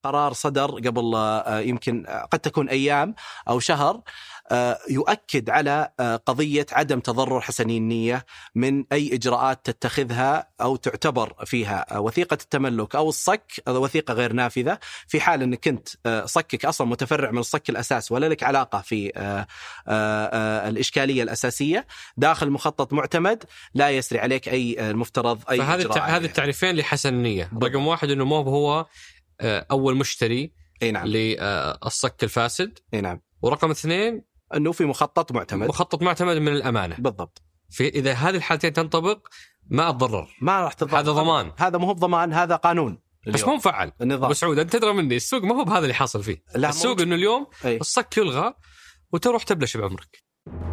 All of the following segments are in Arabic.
قرار صدر قبل يمكن قد تكون أيام أو شهر يؤكد على قضية عدم تضرر حسني النية من أي إجراءات تتخذها أو تعتبر فيها وثيقة التملك أو الصك وثيقة غير نافذة في حال أنك كنت صكك أصلا متفرع من الصك الأساس ولا لك علاقة في الإشكالية الأساسية داخل مخطط معتمد، لا يسري عليك أي المفترض أي إجراء. هذه التعريفين لحسن النية. رقم واحد أنه مو هو أول مشتري نعم. للصك الفاسد. نعم. ورقم اثنين أنه في مخطط معتمد من الأمانة. بالضبط. إذا هذه الحالتين تنطبق ما أتضرر، ما راح تضرر. هذا ضمان، هذا مو بضمان، هذا قانون بس مو مفعل. النظام. بسعود أنت تدرى مني السوق ما هو بهذا اللي حاصل فيه. السوق إنه اليوم الصك يلغى وتروح تبلش بعمرك.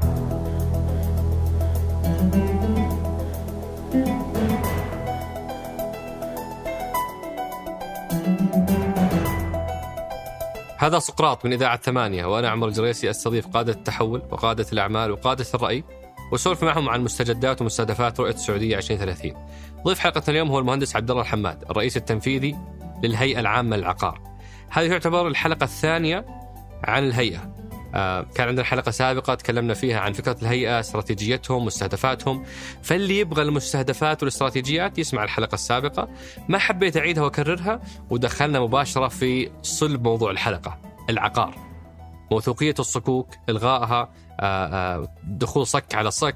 هذا سقراط من إذاعة 8، وأنا عمر الجريسي أستضيف قادة التحول وقادة الأعمال وقادة الرأي وسولف معهم عن مستجدات ومستهدفات رؤية السعودية 2030. ضيف حلقة اليوم هو المهندس عبد الله الحماد، الرئيس التنفيذي للهيئة العامة للعقار. هذه تعتبر الحلقة الثانية عن الهيئة. كان عندنا حلقة سابقة تكلمنا فيها عن فكرة الهيئة، استراتيجيتهم، مستهدفاتهم. فاللي يبغى المستهدفات والاستراتيجيات يسمع الحلقة السابقة. ما حبيت أعيدها وأكررها، ودخلنا مباشرة في صلب موضوع الحلقة: العقار، موثوقية الصكوك، إلغائها، دخول صك على صك،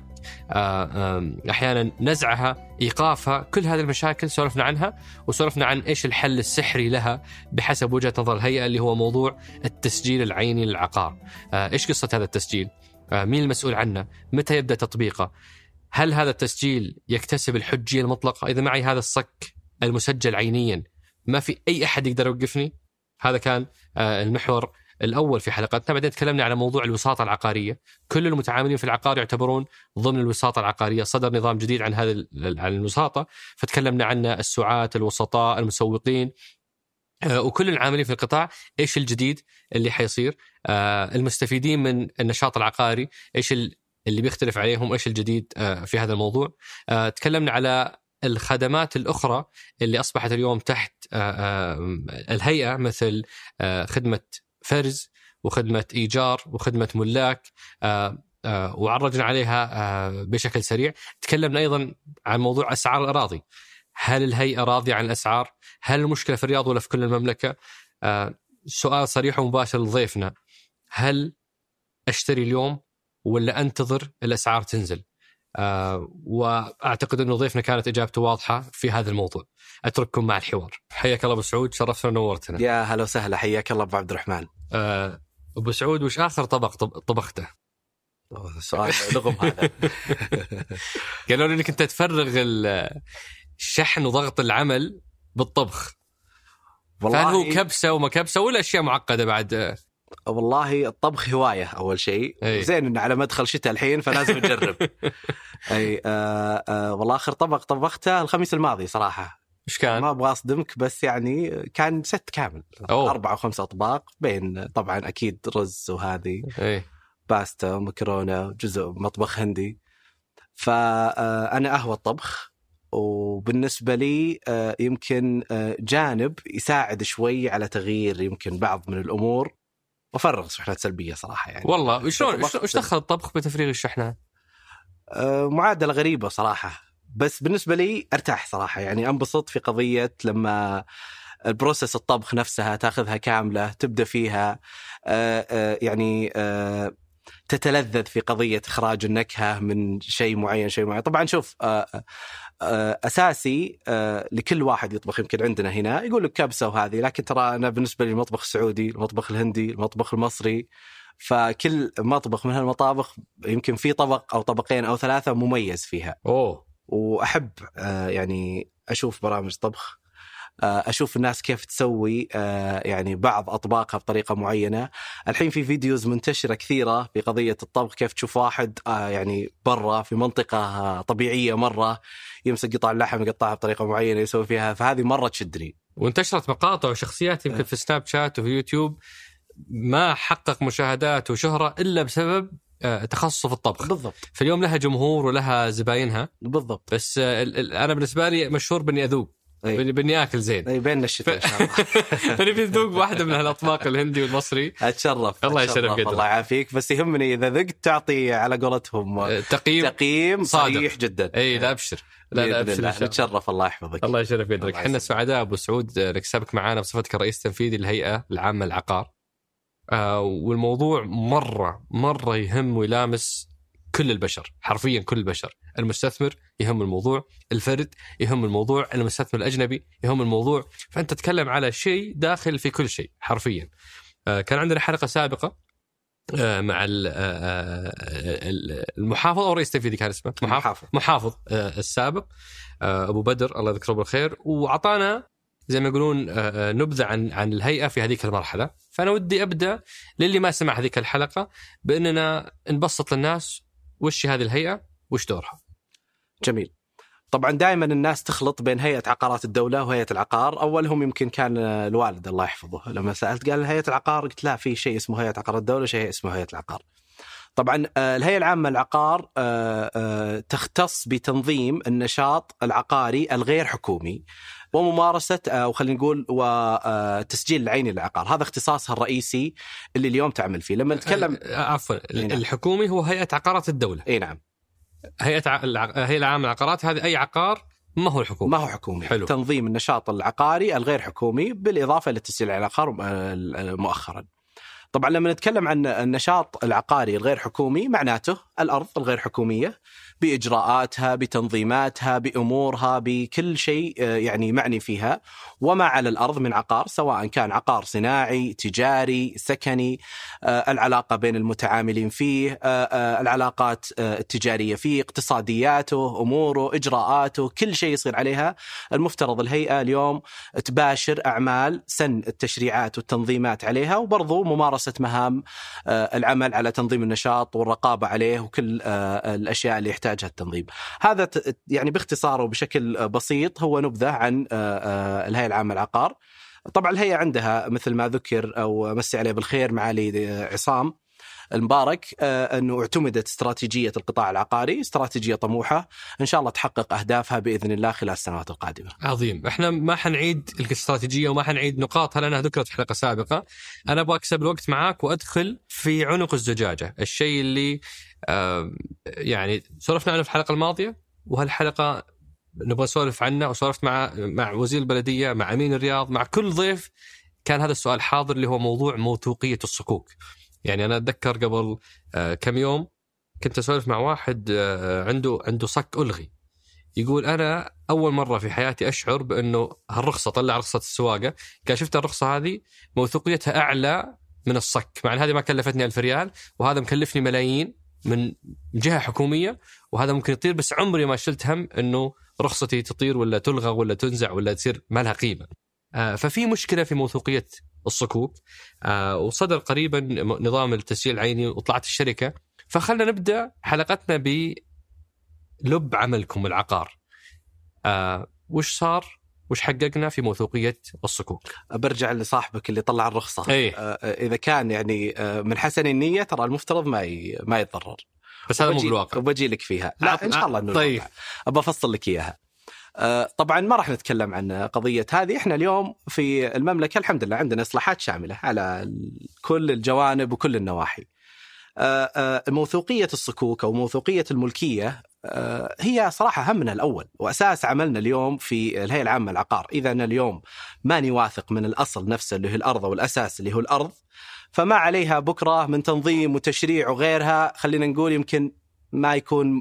أحيانا نزعها، إيقافها. كل هذه المشاكل سولفنا عنها، وسولفنا عن إيش الحل السحري لها بحسب وجهة نظر الهيئة، اللي هو موضوع التسجيل العيني للعقار. إيش قصة هذا التسجيل؟ مين المسؤول عنه؟ متى يبدأ تطبيقه؟ هل هذا التسجيل يكتسب الحجية المطلقة؟ إذا معي هذا الصك المسجل عينيا ما في أي أحد يقدر يوقفني. هذا كان المحور الأول في حلقتنا. بعدين تكلمنا على موضوع الوساطة العقارية. كل المتعاملين في العقار يعتبرون ضمن الوساطة العقارية. صدر نظام جديد عن عن الوساطة، فتكلمنا عنه: السعاة، الوسطاء، المسوقين، وكل العاملين في القطاع. إيش الجديد اللي حيصير؟ المستفيدين من النشاط العقاري إيش اللي بيختلف عليهم؟ إيش الجديد في هذا الموضوع؟ تكلمنا على الخدمات الأخرى اللي أصبحت اليوم تحت الهيئة، مثل خدمة فرز وخدمة إيجار وخدمة ملاك، وعرجنا عليها بشكل سريع. تكلمنا أيضا عن موضوع أسعار الأراضي. هل الهيئة راضية عن الأسعار؟ هل المشكلة في الرياض ولا في كل المملكة؟ سؤال صريح ومباشر لضيفنا: هل أشتري اليوم ولا أنتظر الأسعار تنزل؟ وأعتقد أنه ضيفنا كانت إجابته واضحة في هذا الموضوع. أترككم مع الحوار. حياك الله أبو سعود، شرفتنا ونورتنا. يا هلا وسهلا، حياك الله أبو عبد الرحمن. أبو سعود، وش آخر طبق طبخته؟ سؤال لغم هذا. قالوا لي إنك أنت تفرغ الشحن وضغط العمل بالطبخ. فهل هو كبسة وما كبسة ولا أشياء معقدة بعد؟ والله الطبخ هواية أول شيء. زين إنه على مدخل شتاء الحين فلازم نجرب. والله آخر طبق طبخته الخميس الماضي صراحة. إيش كان؟ ما أبغى أصدمك، بس يعني كان ست كامل. 4 أو 5 أطباق، بين طبعا أكيد رز وهذه باستا ومكرونة وجزء مطبخ هندي. فأنا أهوى الطبخ، وبالنسبة لي يمكن جانب يساعد شوي على تغيير يمكن بعض من الأمور وفرغ شحنات سلبية صراحة. يعني والله وش دخل الطبخ بتفريغ الشحنات؟ معادلة غريبة صراحة، بس بالنسبة لي أرتاح صراحة. يعني أنبسط في قضية لما البروسيس الطبخ نفسها تأخذها كاملة، تبدأ فيها يعني تتلذذ في قضية إخراج النكهة من شيء معين. طبعا شوف، أساسي لكل واحد يطبخ. يمكن عندنا هنا يقول لك كبسة وهذه، لكن ترى أنا بالنسبة لي المطبخ السعودي، المطبخ الهندي، المطبخ المصري، فكل مطبخ من هالمطابخ يمكن في طبق أو طبقين أو 3 مميز فيها. وأحب يعني أشوف برامج طبخ، أشوف الناس كيف تسوي يعني بعض أطباقها بطريقة معينة. الحين في فيديوز منتشرة كثيرة في قضية الطبخ، كيف تشوف واحد يعني برا في منطقة طبيعية مرة يمسك قطع اللحم يقطعها بطريقة معينة يسوي فيها، فهذه مرة تشدني. وانتشرت مقاطع وشخصيات يمكن في سناب شات وفي يوتيوب ما حقق مشاهدات وشهرة إلا بسبب تخصص في الطبخ. بالضبط. فاليوم لها جمهور ولها زباينها. بالضبط. بس أنا بالنسبة لي مشهور بني أذوق. بني اكل زين. اي بيننا الشتاء ان شاء الله. فنبي نذوق واحده من هالاطباق الهندي والمصري. اتشرف. الله يشرف قدرك. الله يعافيك. بس يهمني اذا ذقت تعطي على قولتهم تقييم صحيح جدا. اي لا ابشر. لا ابشر. نتشرف. الله يحفظك. الله يشرف قدرك. احنا سعداء ابو سعود نكسبك معنا بصفتك الرئيس التنفيذي للهيئه العامه للعقار. والموضوع مره يهم ويلامس كل البشر، حرفيا كل البشر. المستثمر يهم الموضوع، الفرد يهم الموضوع، المستثمر الأجنبي يهم الموضوع. فأنت تتكلم على شيء داخل في كل شيء حرفيا. كان عندنا حلقة سابقة مع المحافظ أو رئيس تنفيذي كان اسمه محافظ السابق أبو بدر الله يذكره بالخير، وعطانا زي ما يقولون نبذة عن الهيئة في هذيك المرحلة. فأنا ودي أبدأ للي ما سمع هذيك الحلقة بأننا نبسط للناس وش هذه الهيئة وش دورها. جميل. طبعا دائما الناس تخلط بين هيئة عقارات الدولة وهيئة العقار. أولهم يمكن كان الوالد الله يحفظه، لما سألت قال هيئة العقار، قلت لا، في شيء اسمه هيئة عقارات الدولة، شيء اسمه هيئة العقار. طبعا الهيئة العامة للعقار تختص بتنظيم النشاط العقاري الغير حكومي وممارسة أو خلينا نقول وتسجيل العيني للعقار. هذا اختصاصها الرئيسي اللي اليوم تعمل فيه. لما نتكلم عفوا الحكومي هو هيئة عقارات الدولة. اي نعم. هيئة العامة للعقارات هذه أي عقار ما هو الحكومي. ما هو حكومي. حلو. تنظيم النشاط العقاري الغير حكومي بالإضافة لتسجيل العقار مؤخرا. طبعا لما نتكلم عن النشاط العقاري الغير حكومي معناته الأرض الغير حكومية بإجراءاتها، بتنظيماتها، بأمورها، بكل شيء يعني معني فيها وما على الأرض من عقار، سواء كان عقار صناعي، تجاري، سكني، العلاقة بين المتعاملين فيه، العلاقات التجارية فيه، اقتصادياته، أموره، إجراءاته، كل شيء يصير عليها. المفترض الهيئة اليوم تباشر أعمال سن التشريعات والتنظيمات عليها، وبرضو ممارسة مهام العمل على تنظيم النشاط والرقابة عليه وكل الأشياء اللي يحتاجها التنظيم. هذا يعني باختصار وبشكل بسيط هو نبذة عن الهيئة العامة للعقار. طبعا الهيئة عندها مثل ما ذكر أو مسي عليه بالخير معالي عصام المبارك أنه اعتمدت استراتيجية القطاع العقاري، استراتيجية طموحة إن شاء الله تحقق أهدافها بإذن الله خلال السنوات القادمة. عظيم. إحنا ما حنعيد الاستراتيجية وما حنعيد نقاطها لأنها ذكرت في حلقة سابقة. أنا أبغى أكسب الوقت معاك وأدخل في عنق الزجاجة، الشيء اللي يعني سولفنا عنه في الحلقة الماضية، وهالحلقة نبغى نسولف عنه، وسولفت مع وزير البلدية، مع أمين الرياض، مع كل ضيف كان هذا السؤال حاضر، اللي هو موضوع موثوقية الصكوك. يعني أنا أتذكر قبل كم يوم كنت أسولف مع واحد عنده صك ألغي، يقول أنا أول مرة في حياتي أشعر بأنه هالرخصة، طلع رخصة السواقة، قال شفت الرخصة هذه موثوقيتها أعلى من الصك، مع أن هذه ما كلفتني 1000 ريال وهذا مكلفني ملايين من جهة حكومية، وهذا ممكن يطير، بس عمري ما شلت هم أنه رخصتي تطير ولا تلغى ولا تنزع ولا تصير ما لها قيمة. ففي مشكلة في موثوقية الصكوك. وصدر قريبا نظام التسجيل العيني وطلعت الشركة. فخلنا نبدأ حلقتنا بلب عملكم العقار. وش صار؟ وش حققنا في موثوقية الصكوك؟ برجع لصاحبك اللي طلع الرخصة. إذا كان يعني من حسن النية ترى المفترض ما يتضرر، بس هذا مو بالواقع. وبجي لك فيها. لا إن شاء الله إنه طيب. أبى أفصل لك إياها. طبعا ما راح نتكلم عن قضية هذه. إحنا اليوم في المملكة الحمد لله عندنا إصلاحات شاملة على كل الجوانب وكل النواحي. موثوقية الصكوك أو موثوقية الملكية هي صراحة همنا الأول وأساس عملنا اليوم في الهيئة العامة للعقار. إذا أنا اليوم ماني واثق من الأصل نفسه اللي هو الأرض والأساس اللي هو الأرض، فما عليها بكرة من تنظيم وتشريع وغيرها خلينا نقول يمكن ما يكون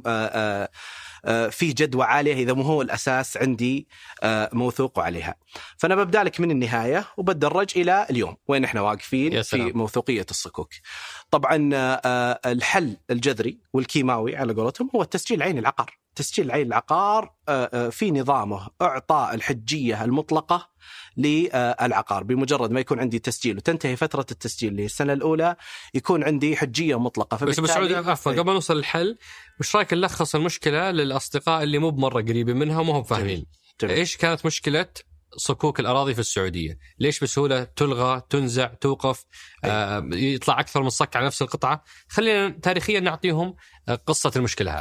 في جدوى عالية إذا مو هو الأساس عندي موثوق عليها. فأنا ببدأ لك من النهاية وبدرج إلى اليوم وين إحنا واقفين في موثوقية الصكوك. طبعا الحل الجذري والكيماوي على قولتهم هو التسجيل العيني العقار. تسجيل العيني العقار في نظامه إعطاء الحجية المطلقة للعقار. بمجرد ما يكون عندي تسجيل وتنتهي فترة التسجيل اللي السنة الأولى يكون عندي حجية مطلقة. بس سعود عفوا قبل نوصل للحل، وش رأيك نلخص المشكلة للأصدقاء اللي مو بمرة قريبين منها وما هم فاهمين؟ إيش كانت مشكلة صكوك الأراضي في السعودية؟ ليش بسهولة تلغى، تنزع، توقف، يطلع أكثر من صك على نفس القطعة؟ خلينا تاريخيا نعطيهم قصة المشكلة هذه.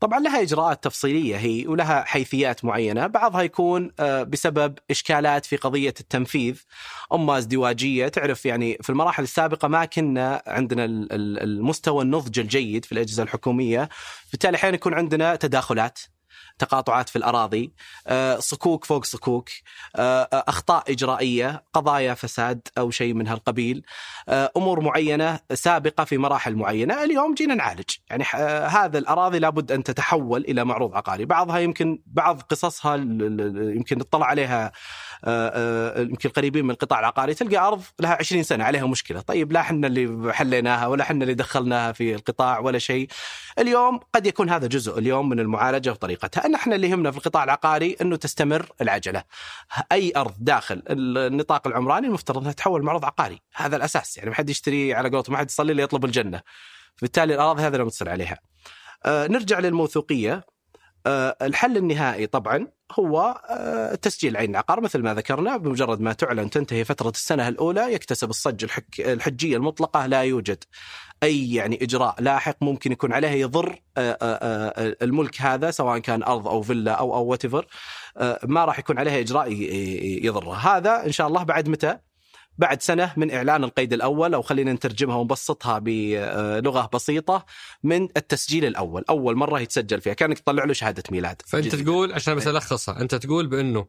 طبعا لها إجراءات تفصيلية هي ولها حيثيات معينة، بعضها يكون بسبب إشكالات في قضية التنفيذ، أما ازدواجية. تعرف يعني في المراحل السابقة ما كنا عندنا المستوى النضج الجيد في الأجهزة الحكومية، بالتالي أحيانا يكون عندنا تداخلات، تقاطعات في الأراضي، صكوك فوق صكوك، أخطاء إجرائية، قضايا فساد أو شيء من هالقبيل، أمور معينة سابقة في مراحل معينة. اليوم جينا نعالج يعني هذا الأراضي لابد أن تتحول إلى معروض عقاري. بعضها يمكن بعض قصصها يمكن نطلع عليها يمكن قريبين من القطاع العقاري، تلقى أرض لها 20 سنة عليها مشكلة، طيب لا حنا اللي حليناها ولا حنا اللي دخلناها في القطاع ولا شيء. اليوم قد يكون هذا جزء اليوم من المعالجة وطريقتها. أن احنا اللي يهمنا في القطاع العقاري أنه تستمر العجلة. أي أرض داخل النطاق العمراني المفترض أنها تحول معرض عقاري، هذا الأساس. يعني ما حد يشتري على قولته، ما حد يصلي اللي يطلب الجنة، بالتالي الأراضي هذا لما تصل عليها. نرجع للموثوقية. الحل النهائي طبعا هو تسجيل عين العقار مثل ما ذكرنا. بمجرد ما تعلن تنتهي فترة السنة الأولى يكتسب الصج الحجية المطلقة، لا يوجد أي يعني إجراء لاحق ممكن يكون عليه يضر الملك هذا، سواء كان أرض أو فيلا أو whatever، ما راح يكون عليه إجراء يضره. هذا إن شاء الله بعد متى؟ بعد سنة من إعلان القيد الأول، أو خلينا نترجمها ونبسطها بلغة بسيطة، من التسجيل الأول. أول مرة يتسجل فيها كانك تطلع له شهادة ميلاد. فأنت جديدة. تقول عشان بس ألخصها، أنت تقول بأنه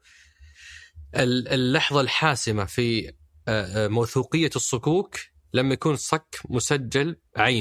اللحظة الحاسمة في موثوقية الصكوك لما يكون صك مسجل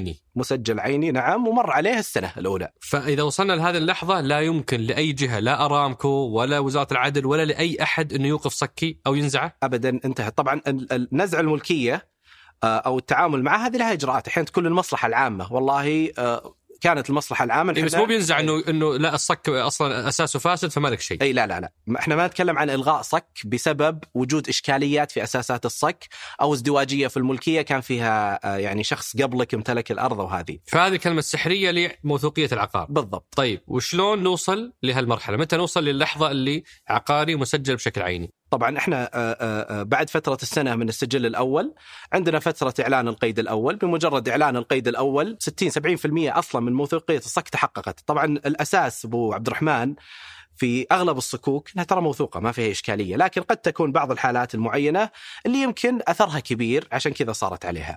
عيني، نعم، ومر عليه السنة الأولى. فإذا وصلنا لهذه اللحظة لا يمكن لأي جهة، لا أرامكو ولا وزارة العدل ولا لأي أحد أنه يوقف صكي أو ينزعه أبدا. انتهى. طبعا النزع الملكية أو التعامل معها هذه لها إجراءات. أحيانا تكون المصلحة العامة، والله كانت المصلحة العامة، بس مو بينزع انه لا الصك اصلا اساسه فاسد فما لك شيء. اي لا احنا ما نتكلم عن الغاء صك بسبب وجود اشكاليات في اساسات الصك او ازدواجيه في الملكيه كان فيها يعني شخص قبلك امتلك الارض وهذه. فهذه كلمه سحريه لموثوقيه العقار. بالضبط. طيب وشلون نوصل لهالمرحله؟ متى نوصل للحظه اللي عقاري مسجل بشكل عيني؟ طبعا احنا بعد فترة السنة من السجل الأول عندنا فترة إعلان القيد الأول. بمجرد إعلان القيد الأول 60-70% أصلا من موثوقية الصك تحققت. طبعا الأساس أبو عبد الرحمن في أغلب الصكوك أنها ترى موثوقة ما فيها إشكالية، لكن قد تكون بعض الحالات المعينة اللي يمكن أثرها كبير عشان كذا صارت عليها.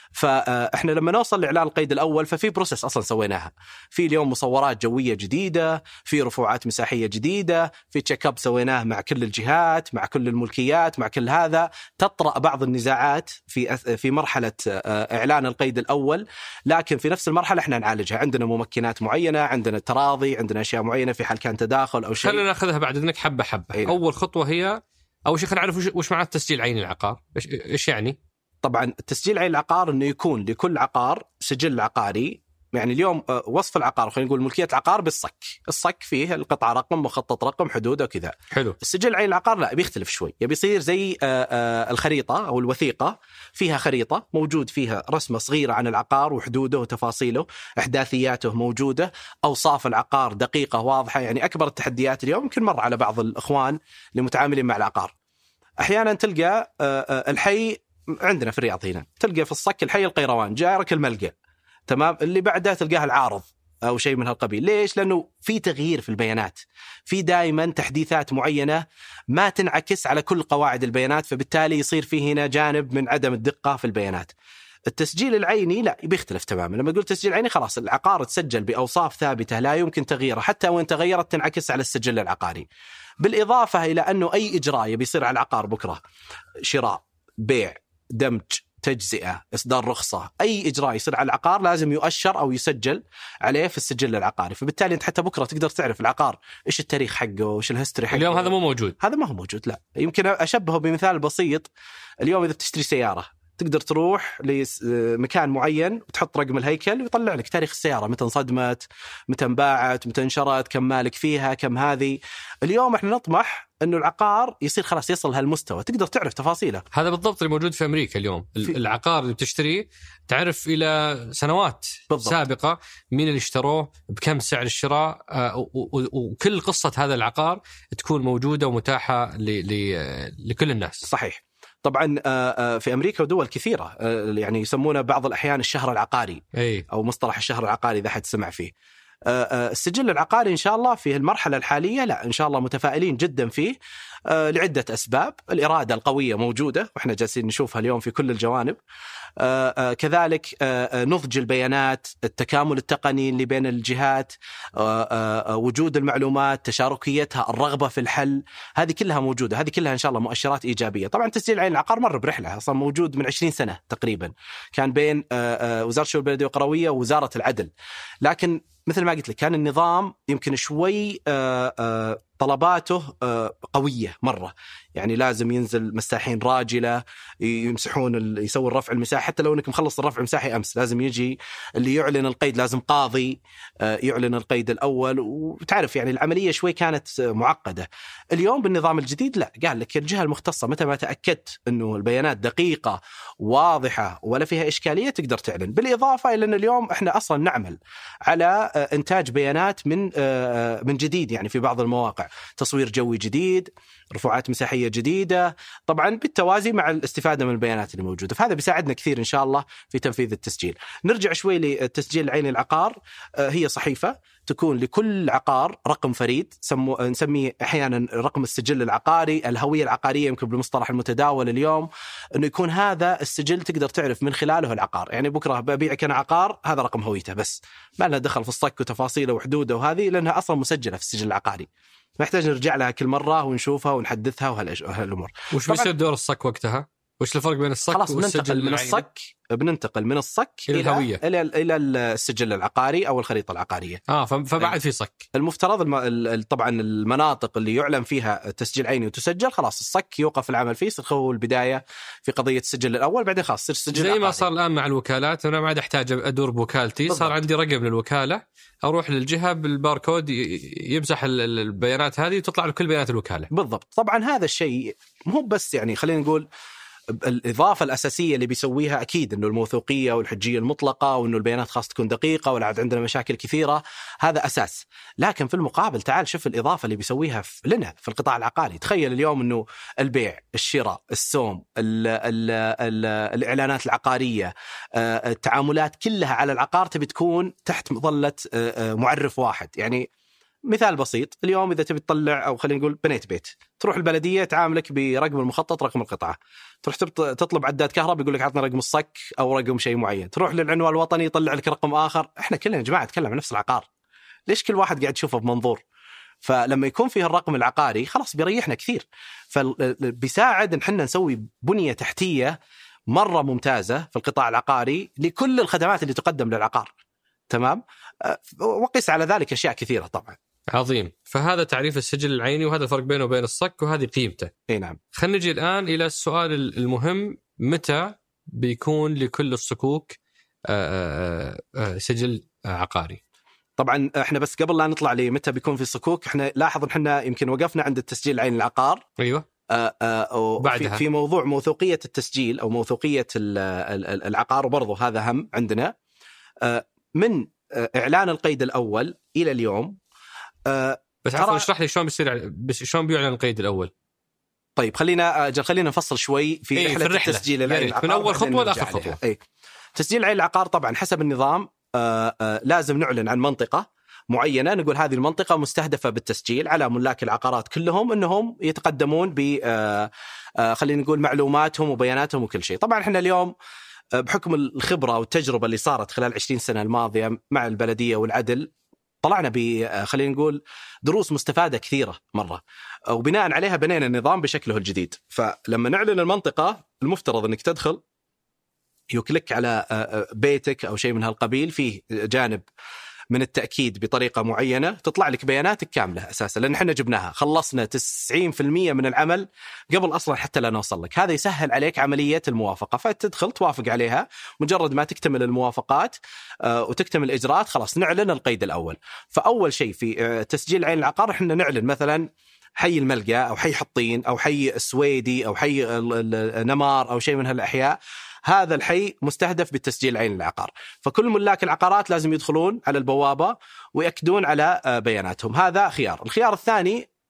فاحنا لما نوصل لاعلان القيد الاول ففي بروسس اصلا سويناها. في اليوم مصورات جويه جديده، في رفوعات مساحيه جديده، في تشيك اب سويناه مع كل الجهات، مع كل الملكيات، مع كل هذا. تطرأ بعض النزاعات في مرحله اعلان القيد الاول، لكن في نفس المرحله احنا نعالجها. عندنا ممكنات معينه، عندنا تراضي، عندنا اشياء معينه في حال كان تداخل او شيء. خلينا ناخذها بعد اذنك حبه حبه. أينا. اول خطوه هي اول شيء خلينا نعرف وش معنى تسجيل عين العقار. ايش يعني؟ طبعا التسجيل عين العقار انه يكون لكل عقار سجل عقاري. يعني اليوم وصف العقار خلينا نقول ملكية العقار بالصك. الصك فيه القطعة رقم، مخطط رقم، حدود وكذا. حلو. السجل عين العقار لا، بيختلف شوي. يبي يصير زي الخريطة أو الوثيقة، فيها خريطة موجود فيها رسمة صغيرة عن العقار وحدوده وتفاصيله، إحداثياته موجودة، أوصاف العقار دقيقة واضحة. يعني أكبر التحديات اليوم يمكن مر على بعض الإخوان اللي متعاملين مع العقار، أحيانا تلقى الحي عندنا في الرياض هنا، تلقى في الصك الحي القيروان، جارك الملقى، تمام، اللي بعدها تلقاها العارض أو شيء من هالقبيل. ليش؟ لأنه في تغيير في البيانات، في دائما تحديثات معينة ما تنعكس على كل قواعد البيانات، فبالتالي يصير فيه هنا جانب من عدم الدقة في البيانات. التسجيل العيني لا، بيختلف تماما. لما أقول تسجيل عيني خلاص العقار تسجل بأوصاف ثابتة لا يمكن تغييرها، حتى وإن تغيرت تنعكس على السجل العقاري. بالإضافة إلى أنه أي إجراء بيصير على العقار بكرة، شراء، بيع، دمج، تجزئة، إصدار رخصة، أي إجراء يصير على العقار لازم يؤشر أو يسجل عليه في السجل العقاري. فبالتالي أنت حتى بكرة تقدر تعرف العقار إيش التاريخ حقه وإيش الهستوري حقه. اليوم هذا مو موجود. هذا ما هو موجود. لا، يمكن أشبهه بمثال بسيط. اليوم إذا بتشتري سيارة تقدر تروح لمكان معين وتحط رقم الهيكل ويطلع لك تاريخ السيارة، متى انصدمت، متى انباعت، متى انشرت، كم مالك فيها، كم هذه. اليوم احنا نطمح انه العقار يصير خلاص يصل هالمستوى، تقدر تعرف تفاصيله. هذا بالضبط اللي موجود في امريكا اليوم. العقار اللي بتشتريه تعرف الى سنوات بالضبط سابقه مين اللي اشتروه، بكم سعر الشراء، وكل قصه هذا العقار تكون موجوده ومتاحه لكل الناس. صحيح. طبعا في أمريكا ودول كثيرة يعني يسمونه بعض الأحيان الشهر العقاري، أي. أو مصطلح الشهر العقاري إذا حد سمع فيه. السجل العقاري إن شاء الله في المرحلة الحالية لا إن شاء الله متفائلين جدا فيه لعدة أسباب. الإرادة القوية موجودة وإحنا جالسين نشوفها اليوم في كل الجوانب. كذلك نضج البيانات، التكامل التقني اللي بين الجهات، وجود المعلومات، تشاركيتها، الرغبة في الحل، هذه كلها موجودة. هذه كلها إن شاء الله مؤشرات إيجابية. طبعا تسجيل عين العقار مر برحلة، أصلا موجود من 20 سنة تقريبا، كان بين وزارة الشؤون البلدية والقروية ووزارة العدل، لكن مثل ما قلت لك كان النظام يمكن شوي طلباته قوية مرة، يعني لازم ينزل مساحين راجلة يمسحون يسوي الرفع المساحي، حتى لو انك مخلص الرفع المساحي امس لازم يجي اللي يعلن القيد، لازم قاضي يعلن القيد الاول، وتعرف يعني العملية شوي كانت معقدة. اليوم بالنظام الجديد لا، قال لك الجهة المختصة متى ما تأكدت انه البيانات دقيقة واضحة ولا فيها اشكالية تقدر تعلن. بالاضافة الى ان اليوم احنا اصلا نعمل على انتاج بيانات من جديد، يعني في بعض المواقع تصوير جوي جديد، رفوعات مساحية جديدة، طبعا بالتوازي مع الاستفادة من البيانات اللي موجودة، فهذا بيساعدنا كثير إن شاء الله في تنفيذ التسجيل. نرجع شوي للتسجيل العيني العقار. هي صحيفة تكون لكل عقار رقم فريد، نسميه أحيانا رقم السجل العقاري، الهوية العقارية يمكن بالمصطلح المتداول اليوم، أنه يكون هذا السجل تقدر تعرف من خلاله العقار. يعني بكرة ببيعك أنا عقار، هذا رقم هويته بس، ما لنا دخل في الصك وتفاصيله وحدوده وهذه، لأنها أصلا مسجلة في السجل العقاري، ما يحتاج نرجع لها كل مرة ونشوفها ونحدثها وهالأمور. وش بيصير دور الصك وقتها؟ وش الفرق بين الصك والسجل من الصك؟ بننتقل من الصك إلى الهوية، إلى السجل العقاري أو الخريطة العقارية. فبعد في صك. المفترض طبعا المناطق اللي يعلن فيها تسجيل عيني وتسجل خلاص الصك يوقف العمل فيه، يصير البداية في قضية السجل الأول، بعدين خلاص يصير السجل زي ما صار الآن مع الوكالات. أنا ما عاد أحتاج أدور بوكالتي، صار عندي رقم للوكالة، أروح للجهة بالباركود يمسح البيانات هذه وتطلع له كل بيانات الوكالة. بالضبط. طبعا هذا الشيء مو بس يعني خلينا نقول الإضافة الأساسية اللي بيسويها أكيد إنه الموثوقية والحجية المطلقة، وإنه البيانات خاصة تكون دقيقة، ولا عاد عندنا مشاكل كثيرة، هذا أساس. لكن في المقابل تعال شوف الإضافة اللي بيسويها لنا في القطاع العقاري. تخيل اليوم إنه البيع، الشراء، السوم، الإعلانات العقارية، التعاملات كلها على العقار تبي تكون تحت مظلة معرف واحد. يعني مثال بسيط، اليوم إذا تبي تطلع أو خلينا نقول بنيت بيت، تروح البلدية تعاملك برقم المخطط، رقم القطعة، تروح تطلب عداد كهرباء يقول لك عطنا رقم الصك أو رقم شيء معين، تروح للعنوان الوطني يطلع لك رقم آخر. إحنا كلنا يا جماعة نتكلم عن نفس العقار، ليش كل واحد قاعد يشوفه بمنظور؟ فلما يكون فيه الرقم العقاري خلاص بيريحنا كثير، فبيساعد إن حنا نسوي بنية تحتية مرة ممتازة في القطاع العقاري لكل الخدمات اللي تقدم للعقار. تمام. وقس على ذلك أشياء كثيرة طبعا. عظيم. فهذا تعريف السجل العيني، وهذا الفرق بينه وبين الصك، وهذه قيمته. اي نعم. خلينا نجي الآن إلى السؤال المهم، متى بيكون لكل الصكوك سجل عقاري؟ طبعا احنا بس قبل لا نطلع لمتى بيكون في صكوك، احنا لاحظ ان احنا يمكن وقفنا عند التسجيل العيني العقار. ايوه. بعدها في موضوع موثوقية التسجيل او موثوقية العقار، وبرضه هذا هم عندنا من اعلان القيد الاول الى اليوم. بس عفوا اشرح لي شلون بيعلن القيد الاول. طيب خلينا نفصل شوي في رحلة التسجيل العيني العقار من اول خطوه لاخر خطوه. تسجيل العيني العقار طبعا حسب النظام لازم نعلن عن منطقة معينة، نقول هذه المنطقة مستهدفة بالتسجيل، على ملاك العقارات كلهم أنهم يتقدمون ب خلينا نقول معلوماتهم وبياناتهم وكل شيء. طبعا احنا اليوم بحكم الخبرة والتجربة اللي صارت خلال 20 سنة الماضية مع البلدية والعدل، طلعنا خلينا نقول دروس مستفادة كثيرة مرة، وبناء عليها بنينا النظام بشكله الجديد. فلما نعلن المنطقة المفترض أنك تدخل يكلك على بيتك أو شيء من هالقبيل، فيه جانب من التأكيد بطريقة معينة، تطلع لك بياناتك كاملة أساسا، لأن احنا جبناها خلصنا 90% من العمل قبل أصلا حتى لا نوصل لك. هذا يسهل عليك عملية الموافقة، فتدخل توافق عليها، مجرد ما تكتمل الموافقات وتكتمل الإجراءات خلاص نعلن القيد الأول. فأول شيء في تسجيل عين العقار احنا نعلن مثلا حي الملقا أو حي حطين أو حي السويدي أو حي نمار أو شيء من هالأحياء، هذا الحي مستهدف بالتسجيل عين العقار. فكل ملاك العقارات لازم يدخلون على البوابة ويأكدون على بياناتهم. هذا خيار. الخيار الثاني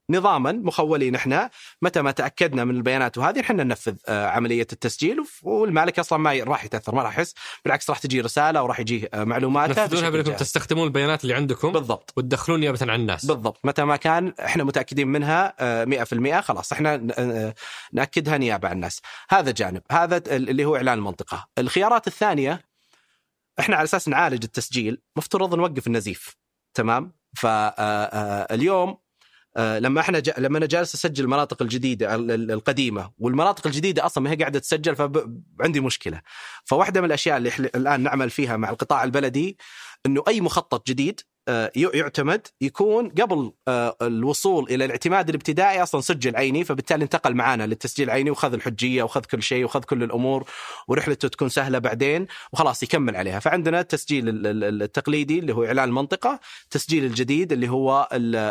نظاما مخولين احنا، متى ما تاكدنا من البيانات وهذه احنا ننفذ عمليه التسجيل، والمالك اصلا ما راح يتاثر، ما راح يحس، بالعكس راح تجي رساله وراح يجي معلومات تنفذونها بانكم تستخدمون البيانات اللي عندكم بالضبط وتدخلون نيابه عن الناس. بالضبط، متى ما كان احنا متاكدين منها 100% خلاص احنا ناكدها نيابه عن الناس. هذا جانب، هذا اللي هو اعلان المنطقه. الخيارات الثانيه احنا على اساس نعالج التسجيل مفترض نوقف النزيف، تمام. فاليوم لما انا جالس اسجل المناطق الجديده القديمه، والمناطق الجديده اصلا ما هي قاعده تسجل، فعندي مشكله. فواحده من الاشياء اللي الان نعمل فيها مع القطاع البلدي انه اي مخطط جديد يعتمد يكون قبل الوصول الى الاعتماد الابتدائي اصلا سجل عيني، فبالتالي انتقل معانا للتسجيل عيني وخذ الحجيه وخذ كل شيء وخذ كل الامور، ورحلته تكون سهله بعدين وخلاص يكمل عليها. فعندنا التسجيل التقليدي اللي هو اعلان المنطقه، التسجيل الجديد اللي هو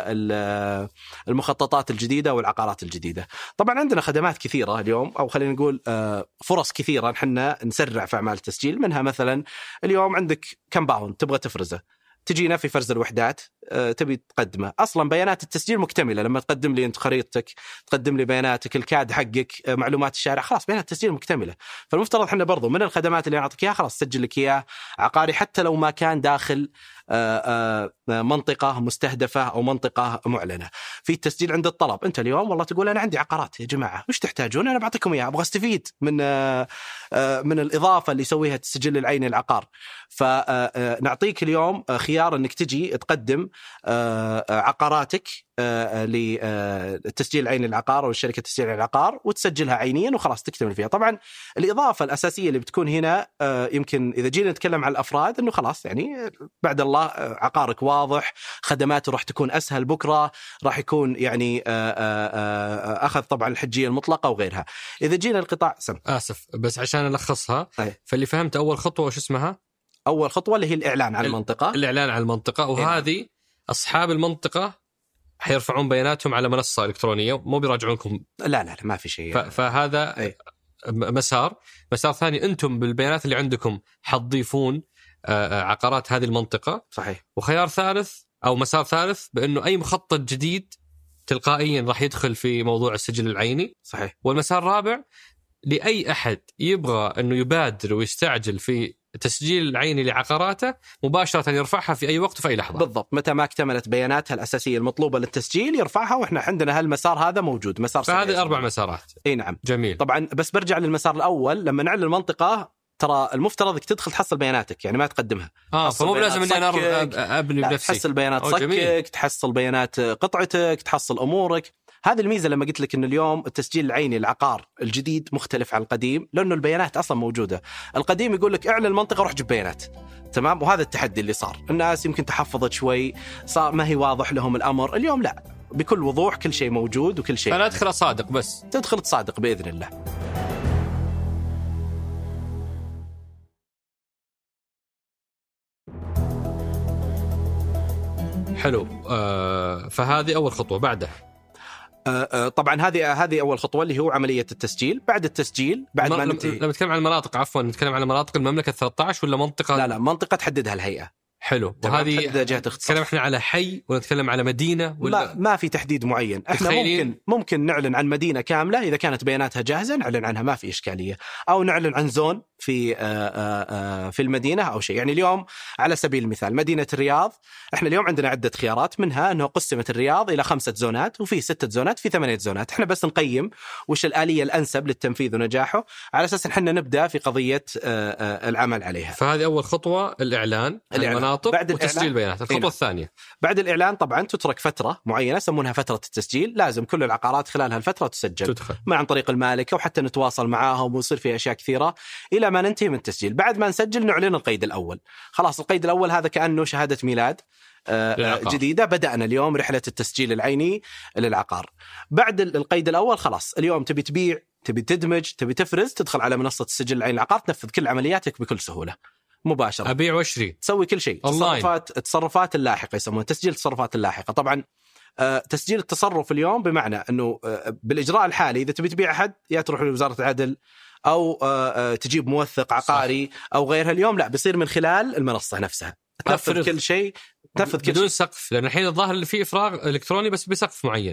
المخططات الجديده والعقارات الجديده. طبعا عندنا خدمات كثيره اليوم، او خلينا نقول فرص كثيره نحن نسرع في اعمال التسجيل. منها مثلا اليوم عندك كمباوند تبغى تفرزه، تجينا في فرز الوحدات تبي تقدمه، أصلا بيانات التسجيل مكتملة. لما تقدم لي أنت خريطتك، تقدم لي بياناتك، الكاد حقك، معلومات الشارع، خلاص بيانات التسجيل مكتملة. فالمفترض احنا برضو من الخدمات اللي نعطيك إياها خلاص سجل لك إياه عقاري، حتى لو ما كان داخل منطقة مستهدفة أو منطقة معلنة. في التسجيل عند الطلب، أنت اليوم والله تقول أنا عندي عقارات يا جماعة، وش تحتاجون؟ أنا بعطيكم إياه، أبغى استفيد من الإضافة اللي يسويها السجل العيني العقار. فنعطيك اليوم خيار أنك تجي تقدم عقاراتك للتسجيل العيني العقار والشركة تسجيل العقار وتسجلها عينيا وخلاص تكتمل فيها. طبعا الإضافة الأساسية اللي بتكون هنا يمكن إذا جينا نتكلم عن الأفراد أنه خلاص يعني بعد الله عقارك واضح، خدماته راح تكون أسهل، بكرة راح يكون يعني أخذ طبعا الحجية المطلقة وغيرها. إذا جينا القطاع آسف بس عشان ألخصها فاللي فهمت أول خطوة وش اسمها؟ أول خطوة اللي هي الإعلان عن المنطقة، الإعلان عن المنطقة، وهذه أصحاب المنطقة حيرفعون بياناتهم على منصة إلكترونية، مو بيراجعونكم. لا ما في شيء. فهذا مسار ثاني، أنتم بالبيانات اللي عندكم حتضيفون عقارات هذه المنطقة. صحيح. وخيار ثالث أو مسار ثالث بأنه أي مخطط جديد تلقائيا راح يدخل في موضوع السجل العيني. صحيح. والمسار الرابع لأي أحد يبغى أنه يبادر ويستعجل في تسجيل العيني لعقاراته مباشرة يرفعها في أي وقت وفي أي لحظة. بالضبط، متى ما اكتملت بياناتها الأساسية المطلوبة للتسجيل يرفعها، وإحنا عندنا هالمسار هذا موجود، مسار. فهذه 4 مسارات. أي نعم. جميل. طبعا بس برجع للمسار الأول، لما نعلن المنطقة ترى المفترض انك تدخل تحصل بياناتك، يعني ما تقدمها. فمو لازم اني انا ابني بنفسي. تحصل بيانات صكك، تحصل بيانات قطعتك، تحصل امورك. هذه الميزه لما قلت لك ان اليوم التسجيل العيني العقار الجديد مختلف عن القديم، لانه البيانات اصلا موجوده. القديم يقول لك اعلن المنطقه روح جيب بيانات، تمام. وهذا التحدي اللي صار، الناس يمكن تحفظت شوي، صار ما هي واضح لهم الامر. اليوم لا، بكل وضوح كل شيء موجود وكل شيء. فانا ادخل اصادق، بس تدخل تصادق باذن الله. حلو. فهذه أول خطوة. بعدها طبعا هذه أول خطوة اللي هو عملية التسجيل. بعد التسجيل بعد ما ننتهي، لما نتكلم عن المناطق، عفوا نتكلم عن مناطق المملكة 13 ولا منطقة؟ لا منطقة تحددها الهيئة. حلو. وهذه نتكلم احنا على حي ولا نتكلم على مدينة ولا؟ ما في تحديد معين. احنا ممكن نعلن عن مدينة كاملة إذا كانت بياناتها جاهزة، نعلن عنها ما في إشكالية، أو نعلن عن زون في المدينة أو شيء. يعني اليوم على سبيل المثال مدينة الرياض، احنا اليوم عندنا عدة خيارات، منها أنه قسمت الرياض إلى 5 زونات، وفي 6 زونات، في 8 زونات. احنا بس نقيم وش الآلية الأنسب للتنفيذ ونجاحه، على أساس إحنا نبدأ في قضية العمل عليها. فهذه أول خطوة، الإعلان عن المناطق وتسجيل البيانات. الخطوة الثانية بعد الإعلان طبعا تترك فترة معينة يسمونها فترة التسجيل، لازم كل العقارات خلال هالفترة تسجل عن طريق المالك، أو حتى نتواصل معاهم ويصير في أشياء كثيرة إلى ما ننتهي من التسجيل. بعد ما نسجل نعلن القيد الأول. خلاص القيد الأول هذا كأنه شهادة ميلاد جديدة، بدأنا اليوم رحلة التسجيل العيني للعقار. بعد القيد الأول خلاص اليوم تبي تبيع، تبي تدمج، تبي تفرز، تدخل على منصة السجل العيني العقار، تنفذ كل عملياتك بكل سهولة مباشرة. أبيع واشتري، تسوي كل شيء. تصرفات اللاحقة يسمونها تسجيل التصرفات اللاحقة. طبعا تسجيل التصرف اليوم بمعنى أنه بالإجراء الحالي إذا تبي تبيع أحد، يا تروح لوزارة العدل أو تجيب موثق عقاري أو غيرها. اليوم لا، بيصير من خلال المنصة نفسها، تنفذ كل شيء، تنفذ بدون سقف، لأن الحين الظاهر اللي فيه إفراغ إلكتروني بس بسقف معين.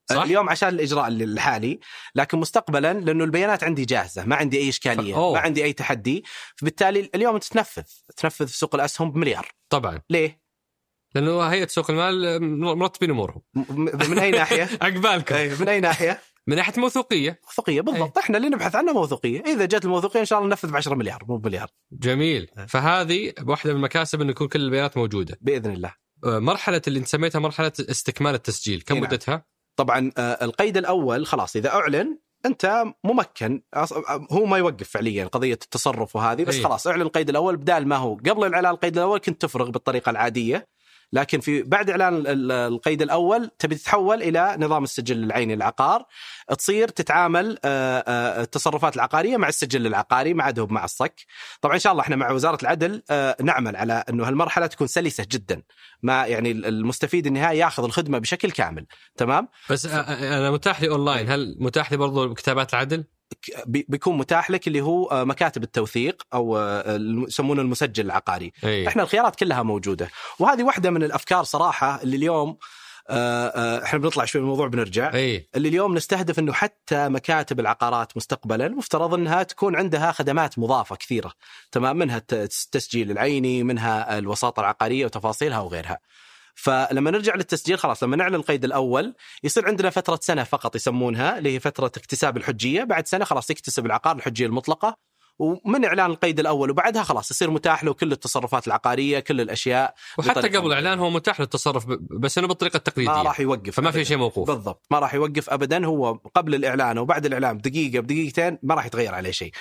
صح؟ اليوم عشان الإجراء الحالي، لكن مستقبلا لأنه البيانات عندي جاهزة، ما عندي أي إشكالية، ما عندي أي تحدي، فبالتالي اليوم تنفذ في سوق الأسهم بمليار. طبعا. ليه؟ لأنه هيئة سوق المال مرتبين أمورهم. من أي ناحية؟ عقبالكم. من أي ناحية؟ من ناحية موثوقية بالضبط. احنا اللي نبحث عنه موثوقية. إذا جت الموثوقية إن شاء الله ننفذ ب10 مليار مو بمليار. جميل. فهذه واحدة من المكاسب إنه يكون كل البيانات موجودة بإذن الله. مرحلة اللي انت سميتها مرحلة استكمال التسجيل، كم مدتها؟ طبعا القيد الأول خلاص إذا أعلن أنت ممكن، هو ما يوقف فعليا قضية التصرف وهذه، بس خلاص أعلن القيد الأول. بدال ما هو قبل الإعلان القيد الأول كنت تفرغ بالطريقة العادية، لكن في بعد إعلان القيد الأول تبي تتحول إلى نظام السجل العيني للعقار، تصير تتعامل التصرفات العقارية مع السجل العقاري، ما عاد هو مع الصك. طبعا إن شاء الله إحنا مع وزارة العدل نعمل على أنه هالمرحلة تكون سلسة جدا، ما يعني المستفيد النهائي يأخذ الخدمة بشكل كامل. تمام. بس أنا متاح لي أونلاين، هل متاح لي برضو كتابات العدل؟ بيكون متاح لك اللي هو مكاتب التوثيق أو يسمونه المسجل العقاري. إحنا الخيارات كلها موجودة، وهذه واحدة من الأفكار صراحة اللي اليوم احنا بنطلع شوي من الموضوع بنرجع. اللي اليوم نستهدف انه حتى مكاتب العقارات مستقبلا مفترض انها تكون عندها خدمات مضافة كثيرة، تمام، منها التسجيل العيني، منها الوساطة العقارية وتفاصيلها وغيرها. فلما نرجع للتسجيل خلاص، لما نعلن القيد الأول يصير عندنا فترة سنة فقط يسمونها، اللي هي فترة اكتساب الحجية. بعد سنة خلاص يكتسب العقار الحجية المطلقة، ومن إعلان القيد الأول وبعدها خلاص يصير متاح له كل التصرفات العقارية، كل الأشياء. وحتى قبل الإعلان هو متاح للتصرف، بس إنه بالطريقة التقليدية، ما راح يوقف، فما في شيء موقوف. بالضبط، ما راح يوقف أبدا. هو قبل الإعلان وبعد الإعلان بدقيقة بدقيقتين ما راح يتغير عليه شيء.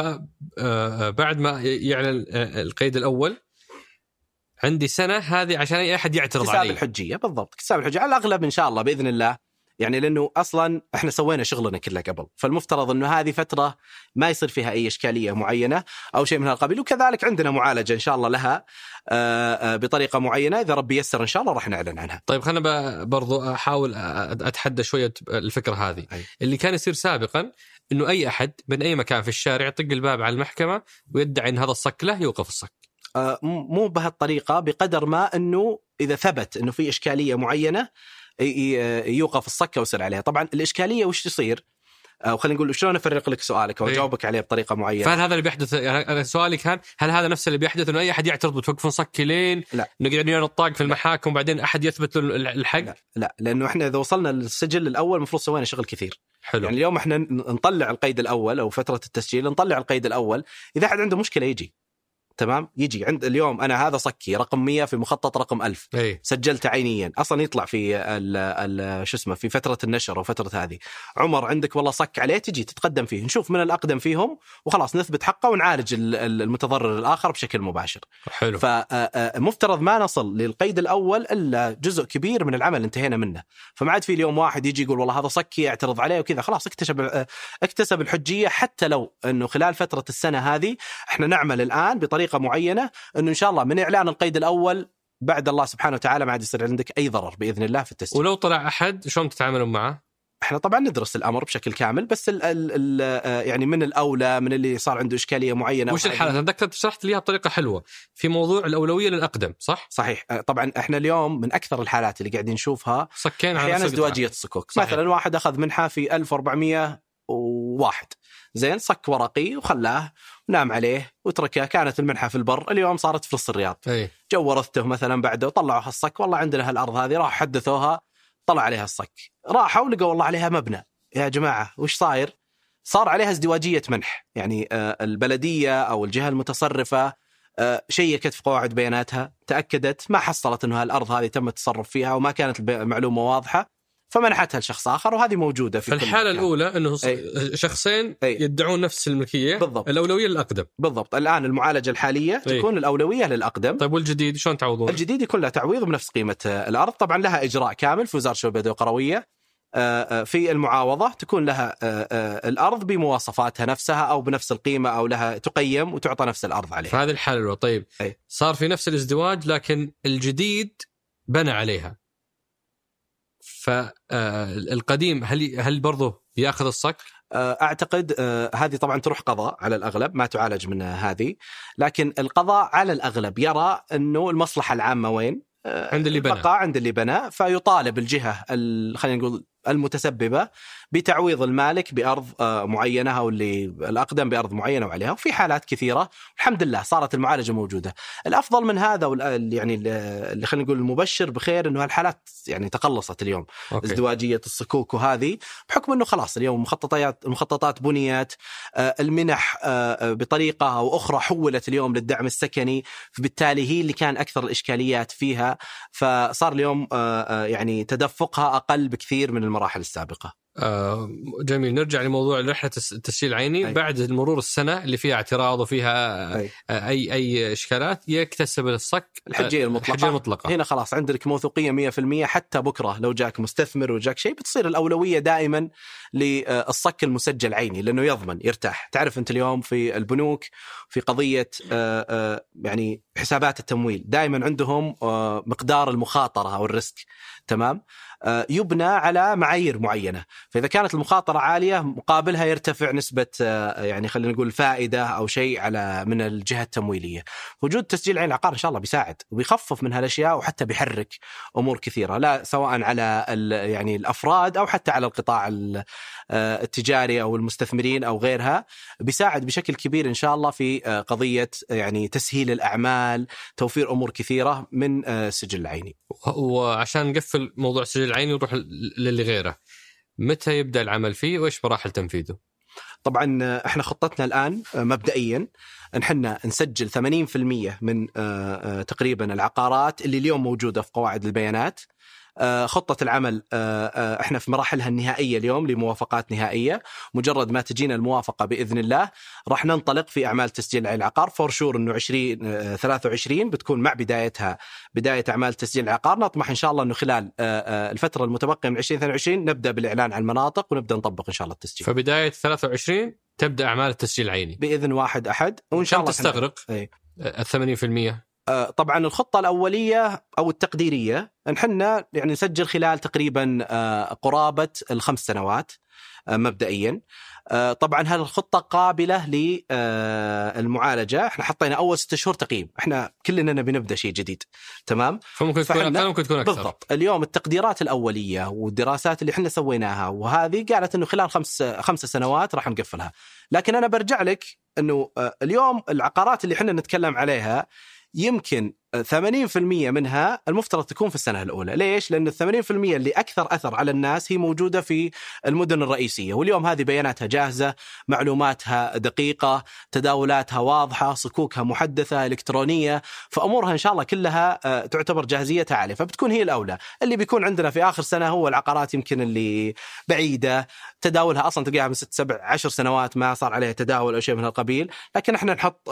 فبعد ما يعلن القيد الأول عندي سنة هذه عشان أي أحد يعترض عليه. اكتساب الحجية. بالضبط، اكتساب الحجية على الأغلب إن شاء الله بإذن الله، يعني لأنه أصلا إحنا سوينا شغلنا كله قبل، فالمفترض أنه هذه فترة ما يصير فيها أي إشكالية معينة أو شيء من هالقبيل. وكذلك عندنا معالجة إن شاء الله لها بطريقة معينة، إذا ربي يسر إن شاء الله راح نعلن عنها. طيب خلنا برضو أحاول أتحدى شوية الفكرة هذه. اللي كان يصير سابقا إنه أي أحد من أي مكان في الشارع يطق الباب على المحكمة ويدعي إن هذا الصك له، يوقف الصك. مو بهالطريقة، بقدر ما أنه إذا ثبت أنه في إشكالية معينة يوقف الصك ويصير عليها. طبعا الإشكالية وش تصير، أو خلينا نقول شلون أفرق لك سؤالك أو أجاوبك عليه بطريقة معينة. فهل هذا اللي بيحدث، يعني سؤالي كان هل هذا نفس اللي بيحدث إنه أي أحد يعترض وتوقفون صك لين نقعد نطاق في المحاكم وبعدين أحد يثبت له الحق؟ لا، لأنه إحنا إذا وصلنا للسجل الأول مفروض سوينا شغل كثير. حلو. يعني اليوم إحنا نطلع القيد الأول أو فترة التسجيل، نطلع القيد الأول. إذا أحد عنده مشكلة يجي، تمام، يجي عند اليوم أنا هذا صكي رقم 100 في مخطط رقم 1000 سجلت عينيا، أصلا يطلع في شو اسمه في فترة النشر وفترة هذه. عمر عندك والله صك عليه، تجي تتقدم فيه، نشوف من الأقدم فيهم وخلاص نثبت حقه ونعالج المتضرر الآخر بشكل مباشر. حلو. فمفترض ما نصل للقيد الأول إلا جزء كبير من العمل انتهينا منه. فما عاد في اليوم واحد يجي يقول والله هذا صكي اعترض عليه وكذا، خلاص اكتسب الحجية. حتى لو أنه خلال فترة السنة هذه احنا نعمل الآن بطريقة معينة أنه إن شاء الله من إعلان القيد الأول بعد الله سبحانه وتعالى ما عاد يصير عندك أي ضرر بإذن الله في التسجيل. ولو طلع أحد شلون تتعاملون معه؟ احنا طبعا ندرس الأمر بشكل كامل، بس يعني من الأولى من اللي صار عنده إشكالية معينة. وش الحالة؟ أنا ذكرت شرحت ليها بطريقة حلوة في موضوع الأولوية للأقدم، صح؟ صحيح. طبعا احنا اليوم من أكثر الحالات اللي قاعدين نشوفها صكين أحيانا ازدواجية الصكوك. مثلا واحد أخذ منحة في 1401 زين، صك ورقي وخلاه نام عليه وتركه، كانت المنحة في البر، اليوم صارت في نص الرياض. جو ورثته مثلا بعده وطلعوا هالصك، والله عندنا هالأرض هذه، راح حدثوها طلع عليها الصك، راحوا لقوا والله عليها مبنى. يا جماعة وش صاير؟ صار عليها ازدواجية منح، يعني البلدية أو الجهة المتصرفة شيكت في قواعد بياناتها، تأكدت ما حصلت أنه هالأرض هذه تم التصرف فيها وما كانت المعلومة واضحة، فمنحتها لشخص آخر. وهذه موجودة في الحالة الأولى أنه شخصين يدعون نفس الملكية. بالضبط. الأولوية للأقدم. بالضبط. الآن المعالجة الحالية تكون الأولوية للأقدم. طيب والجديد شلون تعوضون؟ الجديد يكون له تعويض بنفس قيمة الأرض، طبعا لها إجراء كامل في وزارة الشؤون البلدية والقروية. في المعاوضة تكون لها الأرض بمواصفاتها نفسها أو بنفس القيمة، أو لها تقيم وتعطى نفس الأرض عليها. فهذه الحالة الأولى. طيب صار في نفس الازدواج لكن الجديد بنى عليها، فالقديم هل برضه يأخذ الصك؟ أعتقد هذه طبعا تروح قضاء على الأغلب، ما تعالج من هذه، لكن القضاء على الأغلب يرى أنه المصلحة العامة وين؟ عند اللي بنى. عند اللي بنى، فيطالب الجهة خلينا نقول المتسببة بتعويض المالك بأرض معينة أو اللي الأقدم بأرض معينة وعليها. وفي حالات كثيرة الحمد لله صارت المعالجة موجودة. الأفضل من هذا يعني اللي خلينا نقول المبشر بخير إنه هالحالات يعني تقلصت اليوم. ازدواجية الصكوك وهذه بحكم إنه خلاص اليوم المخططات بنيت، المنح بطريقة أو أخرى حولت اليوم للدعم السكني، فبالتالي هي اللي كان أكثر الإشكاليات فيها، فصار اليوم يعني تدفقها أقل بكثير من المراحل السابقة. جميل. نرجع لموضوع رحلة التسجيل العيني. بعد مرور السنة اللي فيها اعتراض وفيها أي إشكالات يكتسب الصك الحجية المطلقة. هنا خلاص عندك موثوقية 100%. حتى بكرة لو جاك مستثمر وجاك شيء بتصير الأولوية دائما للصك المسجل عيني، لأنه يضمن يرتاح. تعرف أنت اليوم في البنوك في قضية يعني حسابات التمويل دائما عندهم مقدار المخاطرة أو الريسك، تمام، يبنى على معايير معينة. فإذا كانت المخاطرة عالية مقابلها يرتفع نسبة يعني خلينا نقول فائدة أو شيء على من الجهة التمويلية. وجود تسجيل عين العقار إن شاء الله بيساعد وبيخفف من هالأشياء، وحتى بيحرك أمور كثيرة، لا سواء على يعني الأفراد أو حتى على القطاع التجاري أو المستثمرين أو غيرها. بيساعد بشكل كبير إن شاء الله في قضية يعني تسهيل الأعمال، توفير أمور كثيرة من السجل العيني. وعشان نقفل موضوع السجل العيني ونروح للي غيره، متى يبدأ العمل فيه وإيش مراحل تنفيذه؟ طبعا احنا خطتنا الآن مبدئيا نحن نسجل 80% من تقريبا العقارات اللي اليوم موجودة في قواعد البيانات. خطة العمل احنا في مراحلها النهائية اليوم لموافقات نهائية. مجرد ما تجينا الموافقة بإذن الله راح ننطلق في أعمال تسجيل العقار. فورشور إنه 2023 بتكون مع بداية أعمال تسجيل العقار. نطمح إن شاء الله إنه خلال الفترة المتبقية من 2022 نبدأ بالإعلان عن المناطق ونبدأ نطبق إن شاء الله التسجيل. فبداية 23 تبدأ أعمال التسجيل العيني بإذن 1 أحد، وإن شاء الله تستغرق 80%. طبعا الخطة الأولية أو التقديرية نحن يعني نسجل خلال تقريبا قرابة 5 سنوات مبدئيا. طبعا هالخطة قابلة للمعالجة. احنا حطينا أول 6 شهور تقييم، احنا كلنا نبي نبدأ شيء جديد، تمام، فممكن تكون أكثر. بالضبط. اليوم التقديرات الأولية والدراسات اللي احنا سويناها وهذه قالت إنه خلال 5 سنوات راح نقفلها. لكن أنا برجع لك إنه اليوم العقارات اللي احنا نتكلم عليها يمكن 80% منها المفترض تكون في السنة الأولى. ليش؟ لأن 80% اللي أكثر أثر على الناس هي موجودة في المدن الرئيسية، واليوم هذه بياناتها جاهزة، معلوماتها دقيقة، تداولاتها واضحة، صكوكها محدثة إلكترونية، فأمورها إن شاء الله كلها تعتبر جاهزيتها عالية، فبتكون هي الأولى. اللي بيكون عندنا في آخر سنة هو العقارات يمكن اللي بعيدة، تداولها أصلا تلقاها من 6 7 10 سنوات ما صار عليها تداول أو شيء من هالقبيل، لكن احنا نحط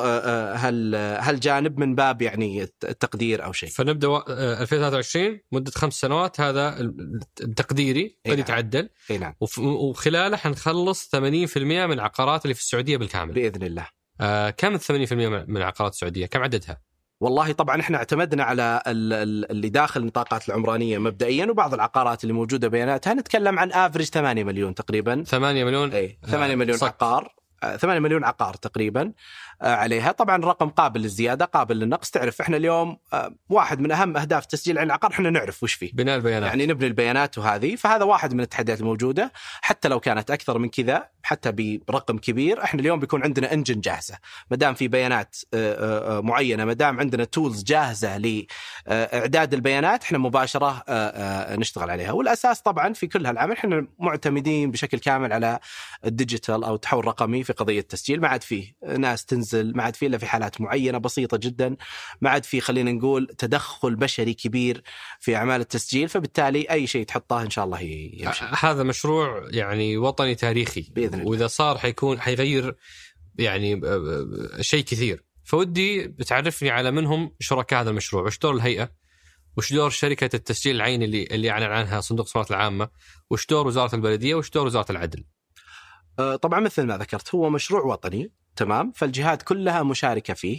هالجانب من باب يعني التقدير أو شيء. فنبدأ 2023 مدة 5 سنوات، هذا التقديري قد يتعدل. نعم. وخلاله حنخلص 80% من العقارات اللي في السعودية بالكامل بإذن الله. كم 80% من العقارات السعودية؟ كم عددها؟ والله طبعا احنا اعتمدنا على اللي داخل النطاقات العمرانية مبدئيا، وبعض العقارات اللي موجودة بياناتها نتكلم عن افريج 8 مليون تقريبا. 8 مليون 8 مليون عقار، 8 مليون عقار تقريبا عليها. طبعا رقم قابل للزيادة قابل للنقص. تعرف احنا اليوم واحد من أهم أهداف تسجيل عين العقار احنا نعرف وش فيه، بناء البيانات، يعني نبني البيانات وهذه. فهذا واحد من التحديات الموجودة. حتى لو كانت أكثر من كذا حتى برقم كبير، احنا اليوم بيكون عندنا انجن جاهزة مدام في بيانات معينة، مدام عندنا تولز جاهزة لإعداد البيانات، احنا مباشرة نشتغل عليها. والأساس طبعا في كل هالعمل احنا معتمدين بشكل كامل على الديجيتال أو التحول الرقمي في قضية التسجيل. ما عاد فيه ناس تنزل، ما عاد فيه إلا في حالات معينة بسيطة جدا، ما عاد فيه خلينا نقول تدخل بشري كبير في أعمال التسجيل، فبالتالي أي شيء تحطه إن شاء الله يمشي. هذا مشروع يعني وطني تاريخي بإذن الله، وإذا صار حيغير يعني شيء كثير. فودي بتعرفني على منهم شركاء هذا المشروع، وش دور الهيئة، وش دور شركة التسجيل العيني اللي أعلن عنها صندوق الاستثمارات العامة، وش دور وزارة البلدية، وش دور وزارة العدل. طبعا مثل ما ذكرت هو مشروع وطني، تمام، فالجهات كلها مشاركة فيه.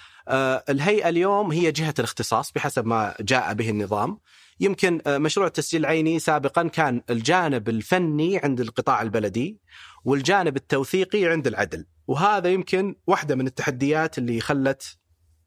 الهيئة اليوم هي جهة الاختصاص بحسب ما جاء به النظام. يمكن مشروع التسجيل العيني سابقا كان الجانب الفني عند القطاع البلدي والجانب التوثيقي عند العدل، وهذا يمكن واحدة من التحديات اللي خلت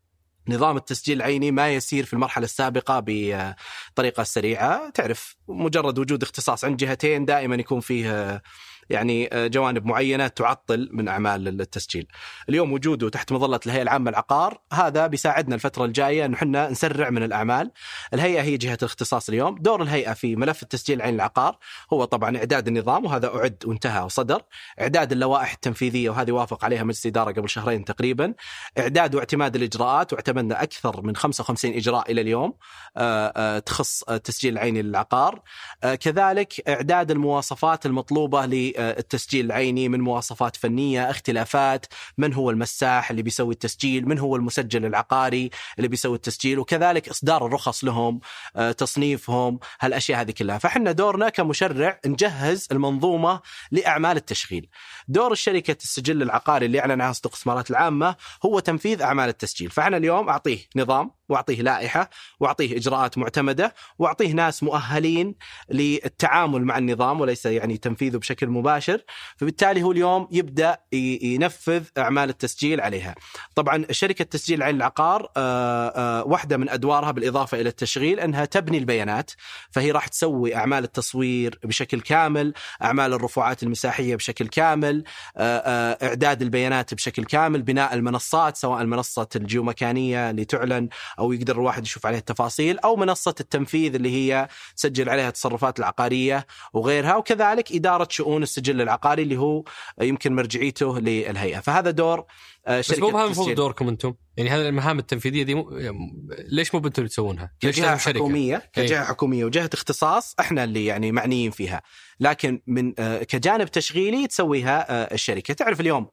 نظام التسجيل العيني ما يسير في المرحلة السابقة بطريقة سريعة. تعرف مجرد وجود اختصاص عند جهتين دائما يكون فيه يعني جوانب معينة تعطل من أعمال التسجيل. اليوم وجوده تحت مظلة الهيئة العامة للعقار هذا بيساعدنا الفترة الجاية أن احنا نسرع من الأعمال. الهيئة هي جهة الاختصاص اليوم. دور الهيئة في ملف التسجيل العيني للعقار هو طبعا إعداد النظام، وهذا أعد وانتهى وصدر. إعداد اللوائح التنفيذية، وهذه وافق عليها مجلس الإدارة قبل شهرين تقريبا. إعداد واعتماد الإجراءات، واعتمدنا أكثر من 55 إجراء إلى اليوم تخص التسجيل العيني للعقار. كذلك إعداد المواصفات المطلوبة التسجيل العيني من مواصفات فنية، اختلافات، من هو المساح اللي بيسوي التسجيل، من هو المسجل العقاري اللي بيسوي التسجيل، وكذلك إصدار الرخص لهم، تصنيفهم، هالأشياء هذه كلها. فإحنا دورنا كمشرع نجهز المنظومة لأعمال التشغيل. دور الشركة السجل العقاري اللي أعلن عنها صندوق الاستثمارات العامة هو تنفيذ أعمال التسجيل. فأنا اليوم أعطيه نظام، وأعطيه لائحة، وأعطيه إجراءات معتمدة، وأعطيه ناس مؤهلين للتعامل مع النظام وليس يعني تنفيذه بشكل مباشر. فبالتالي هو اليوم يبدأ ينفذ أعمال التسجيل عليها. طبعا شركة تسجيل العين العقار واحدة من أدوارها بالإضافة إلى التشغيل أنها تبني البيانات، فهي راح تسوي أعمال التصوير بشكل كامل، أعمال الرفوعات المساحية بشكل كامل، إعداد البيانات بشكل كامل، بناء المنصات سواء المنصة الجيومكانية اللي تعلن أو يقدر الواحد يشوف عليها التفاصيل، أو منصة التنفيذ اللي هي تسجل عليها التصرفات العقارية وغيرها، وكذلك إدارة شؤون السجل العقاري اللي هو يمكن مرجعيته للهيئة. فهذا دور شركة. بس مو المفروض دوركم أنتم؟ يعني هذه المهام التنفيذية دي ليش مو بنتم تسوونها؟ كجهة حكومية، كجهة حكومية وجهة اختصاص احنا اللي يعني معنيين فيها، لكن من كجانب تشغيلي تسويها الشركة. تعرف اليوم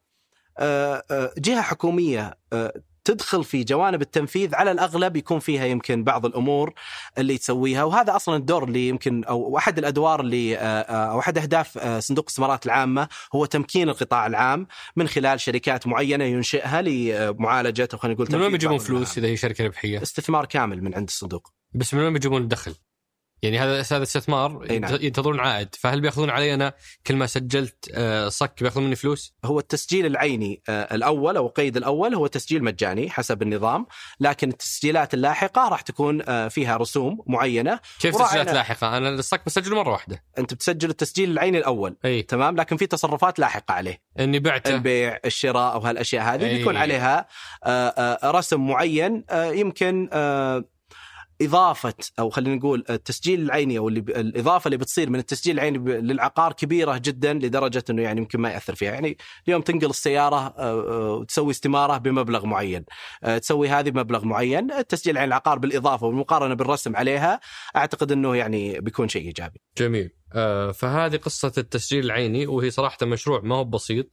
جهة حكومية تدخل في جوانب التنفيذ على الأغلب يكون فيها يمكن بعض الأمور اللي تسويها، وهذا أصلا الدور اللي يمكن أو أحد الأدوار اللي أو أحد أهداف صندوق الاستثمارات العامة هو تمكين القطاع العام من خلال شركات معينة ينشئها لمعالجة أو خلينا نقول من وين بيجيبون فلوس إذا هي شركة ربحية؟ استثمار كامل من عند الصندوق. بس من وين بيجيبون الدخل؟ يعني هذا استثمار ينتظرون عائد، فهل بياخذون علي أنا كل ما سجلت صك بياخذون مني فلوس؟ هو التسجيل العيني الأول أو قيد الأول هو تسجيل مجاني حسب النظام، لكن التسجيلات اللاحقة راح تكون فيها رسوم معينة. كيف تسجيلات لاحقة؟ أنا الصك بسجله مرة واحدة. أنت بتسجل التسجيل العيني الأول تمام، لكن في تصرفات لاحقة عليه، إني بعته، البيع، الشراء أو هالأشياء هذه بيكون عليها رسم معين. يمكن إضافة أو خلينا نقول التسجيل العيني أو الإضافة اللي بتصير من التسجيل العيني للعقار كبيرة جدا لدرجة إنه يعني يمكن ما يأثر فيها. يعني اليوم تنقل السيارة وتسوي استمارة بمبلغ معين، تسوي هذه بمبلغ معين. التسجيل العيني العقار بالإضافة والمقارنة بالرسم عليها أعتقد إنه يعني بيكون شيء إيجابي. جميل. فهذه قصة التسجيل العيني، وهي صراحة مشروع ما هو بسيط،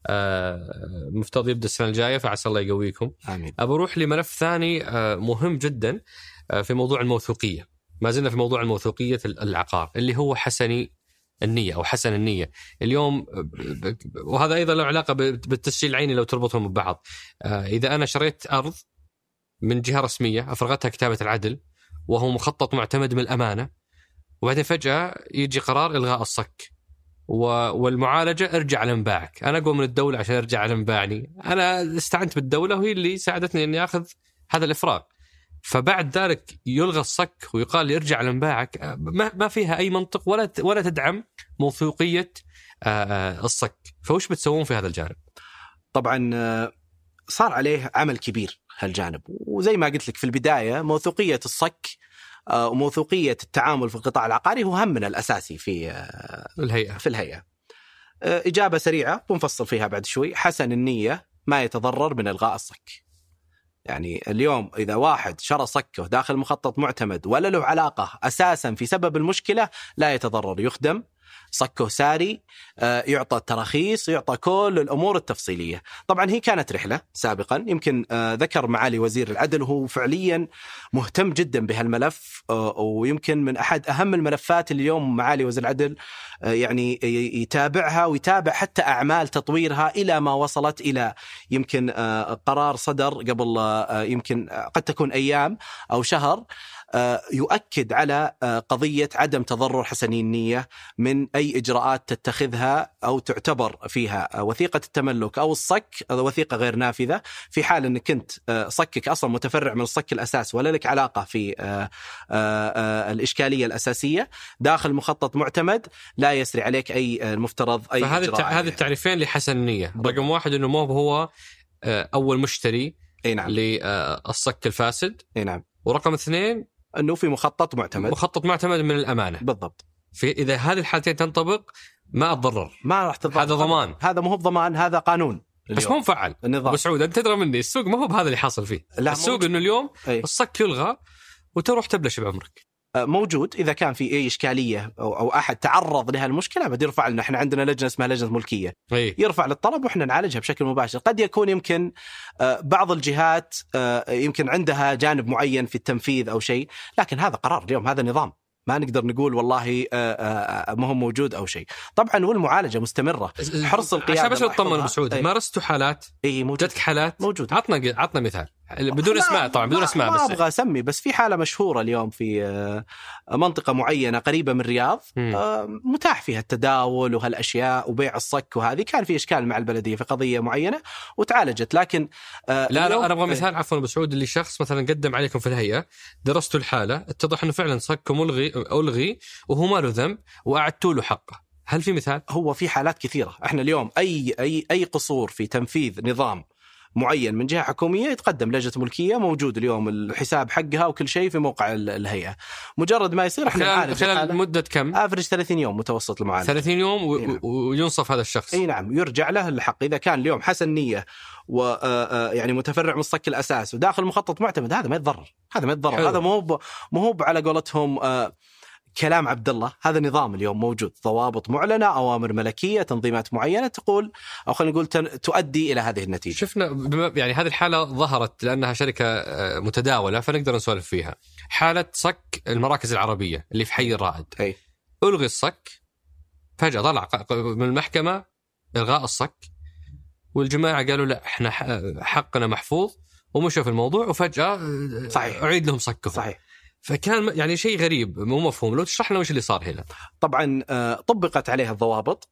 مفترض يبدأ السنة الجاية، فعسى الله يقويكم. آمين. أبروح لملف ثاني مهم جدا في موضوع الموثوقية. ما زلنا في موضوع الموثوقية العقار اللي هو حسني النية أو حسن النية اليوم، وهذا أيضا له علاقة بالتسجيل العيني لو تربطهم ببعض. إذا أنا شريت أرض من جهة رسمية أفرغتها كتابة العدل وهو مخطط معتمد من الأمانة، وبعدين فجأة يجي قرار إلغاء الصك والمعالجة ارجع على انباعك، أنا أقوم من الدولة عشان ارجع على انباعني، أنا استعنت بالدولة وهي اللي ساعدتني أني أخذ هذا الإفراغ، فبعد ذلك يلغى الصك ويقال لي ارجع على انباعك. ما فيها أي منطق ولا تدعم موثوقية الصك. فوش بتسوون في هذا الجانب؟ طبعا صار عليه عمل كبير هالجانب، وزي ما قلت لك في البداية موثوقية الصك وموثوقية التعامل في القطاع العقاري هو همنا الأساسي في الهيئة. إجابة سريعة ونفصل فيها بعد شوي. حسن النية ما يتضرر من إلغاء الصك. يعني اليوم إذا واحد شرى صكه داخل مخطط معتمد ولا له علاقة أساسا في سبب المشكلة لا يتضرر، يخدم صكه ساري، يعطى التراخيص، يعطى كل الأمور التفصيلية. طبعا هي كانت رحلة سابقا، يمكن ذكر معالي وزير العدل وهو فعليا مهتم جدا بهالملف، ويمكن من أحد أهم الملفات اللي اليوم معالي وزير العدل يعني يتابعها ويتابع حتى أعمال تطويرها إلى ما وصلت إلى يمكن قرار صدر قبل يمكن قد تكون أيام أو شهر يؤكد على قضية عدم تضرر حسني النية من أي إجراءات تتخذها أو تعتبر فيها وثيقة التملك أو الصك وثيقة غير نافذة، في حال أنك كنت صكك أصلا متفرع من الصك الأساس ولا لك علاقة في الإشكالية الأساسية داخل مخطط معتمد، لا يسري عليك أي المفترض أي إجراء. هذه التعريفين لحسن النية. رقم واحد أنه مو هو أول مشتري نعم. للصك الفاسد. نعم. ورقم اثنين أنه في مخطط معتمد من الأمانة. بالضبط. إذا هذه الحالتين تنطبق ما أتضرر، ما راح تضرر. هذا ضمان، هذا مو بضمان، هذا قانون بس مو مفعل. النظام. أبو سعود أنت تدري مني السوق ما هو بهذا اللي حاصل فيه. السوق إنه اليوم الصك يلغى وتروح تبلش بعمرك. موجود إذا كان في أي إشكالية أو أحد تعرض لها المشكلة بدي يرفع لنا. إحنا عندنا لجنة اسمها لجنة ملكية يرفع للطلب وإحنا نعالجها بشكل مباشر. قد يكون يمكن بعض الجهات يمكن عندها جانب معين في التنفيذ أو شيء، لكن هذا قرار اليوم، هذا نظام، ما نقدر نقول والله ما هو موجود أو شيء. طبعا والمعالجة مستمرة، حرص القيادة. عشان بس نطمن بسعود، مارستوا حالات؟ جتك حالات موجود. عطنا مثال بدون اسماء طبعا، بدون اسماء. ما أبغى أسمي، بس في حالة مشهورة اليوم في منطقة معينة قريبة من الرياض متاح فيها التداول وهالأشياء وبيع الصك، وهذه كان في إشكال مع البلدية في قضية معينة وتعالجت. لكن لا أنا أبغى مثال عفوا بسعود، اللي شخص مثلا قدم عليكم في الهيئة، درستوا الحالة، اتضح أنه فعلا صككم ألغي وهو ما له ذنب وأعدتوا له حقه. هل في مثال؟ هو في حالات كثيرة. احنا اليوم أي قصور في تنفيذ نظام معين من جهة حكومية يتقدم لجنة ملكية، موجود اليوم الحساب حقها وكل شيء في موقع الهيئة. مجرد ما يصير احنا نعالج. خلال مدة كم؟ افرج 30 يوم متوسط المعالجة. 30 يوم وينصف هذا الشخص. اي نعم، يرجع له الحق. إذا كان اليوم حسن نية يعني متفرع من الصك الأساس وداخل مخطط معتمد، هذا ما يتضرر. هذا مو هو على قولتهم كلام عبد الله. هذا نظام اليوم موجود، ضوابط معلنة، أوامر ملكية، تنظيمات معينة تقول أو خلينا نقول تؤدي إلى هذه النتيجة. شفنا يعني هذه الحالة ظهرت لأنها شركة متداولة فنقدر نسولف فيها. حالة صك المراكز العربية اللي في حي الرائد. ألغي الصك، فجأة طلع من المحكمة إلغاء الصك، والجماعة قالوا لا احنا حقنا محفوظ ومشوا في الموضوع، وفجأة صحيح أعيد لهم صكهم. صحيح. فكان يعني شيء غريب مو مفهوم. لو تشرح لنا وش اللي صار هنا. طبعا طبقت عليها الضوابط.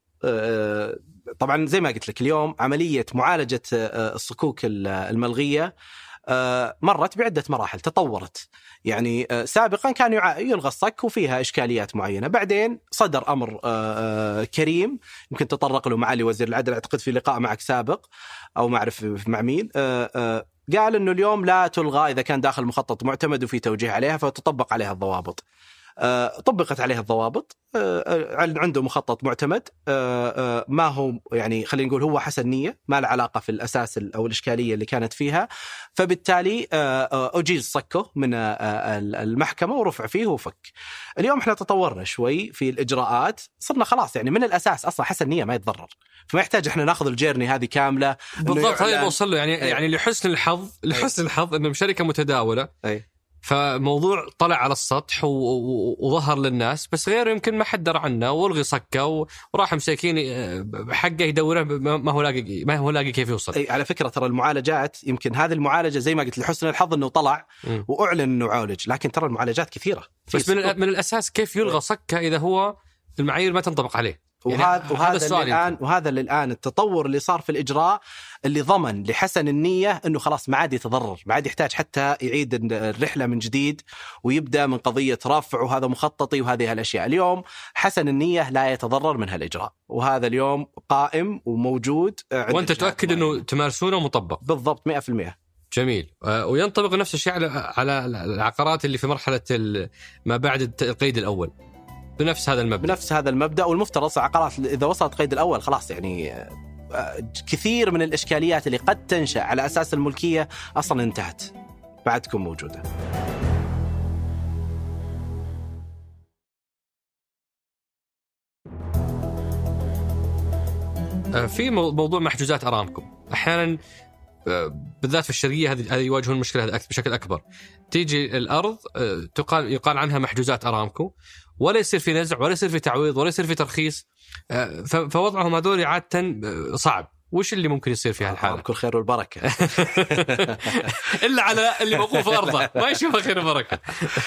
طبعا زي ما قلت لك اليوم عملية معالجة الصكوك الملغية مرت بعدة مراحل، تطورت. يعني سابقا كان يلغى الصك وفيها إشكاليات معينة، بعدين صدر أمر كريم يمكن تطرق له معالي وزير العدل، أعتقد في لقاء معك سابق أو ما أعرف مع مين، قال إنه اليوم لا تلغى إذا كان داخل مخطط معتمد وفي توجيه عليها فتطبق عليها الضوابط. طبقت عليها الضوابط. عنده مخطط معتمد ما هو يعني خلينا نقول هو حسن نية، ما له علاقة في الأساس أو الإشكالية اللي كانت فيها، فبالتالي أجيز صكه من المحكمة ورفع فيه وفك. اليوم احنا تطورنا شوي في الإجراءات، صرنا خلاص يعني من الأساس أصلا حسن نية ما يتضرر، فما يحتاج احنا ناخذ الجيرني هذه كاملة. بالضبط، هذا يوصل له يعني لحسن الحظ إنه شركة متداولة. فموضوع طلع على السطح وظهر للناس، بس غيره يمكن ما حد درى عنه والغي صكه وراح مساكين حقه يدوره ما هو لاقي كيف يوصل. على فكرة ترى المعالجات يمكن هذه المعالجة زي ما قلت لحسن الحظ انه طلع واعلن انه عالج، لكن ترى المعالجات كثيرة. بس من الاساس كيف يلغى صكه اذا هو المعايير ما تنطبق عليه؟ وهذا اللي الآن التطور اللي صار في الإجراء اللي ضمن لحسن النية أنه خلاص ما عاد يتضرر، ما عاد يحتاج حتى يعيد الرحلة من جديد ويبدأ من قضية رفع وهذا مخططي وهذه الأشياء. اليوم حسن النية لا يتضرر من هالإجراء، وهذا اليوم قائم وموجود. وأنت تؤكد أنه تمارسونه مطبق بالضبط 100%. جميل. وينطبق نفس الشيء على العقارات اللي في مرحلة ما بعد القيد الأول بنفس هذا المبدأ. والمفترض العقارات إذا وصلت قيد الأول خلاص يعني كثير من الإشكاليات اللي قد تنشأ على أساس الملكية أصلا انتهت بعد تكون موجودة. في موضوع محجوزات أرامكو، أحيانا بالذات في الشرقية هذه يواجهون المشكلة بشكل أكبر. تيجي الأرض يقال عنها محجوزات أرامكو، ولا يصير في نزع ولا يصير في تعويض ولا يصير في ترخيص. فوضعهم هذول عادة صعب وش اللي ممكن يصير في هالحالة؟ كل خير والبركة. إلا على اللي موقوف أرضه ما يشوف خير وبركة.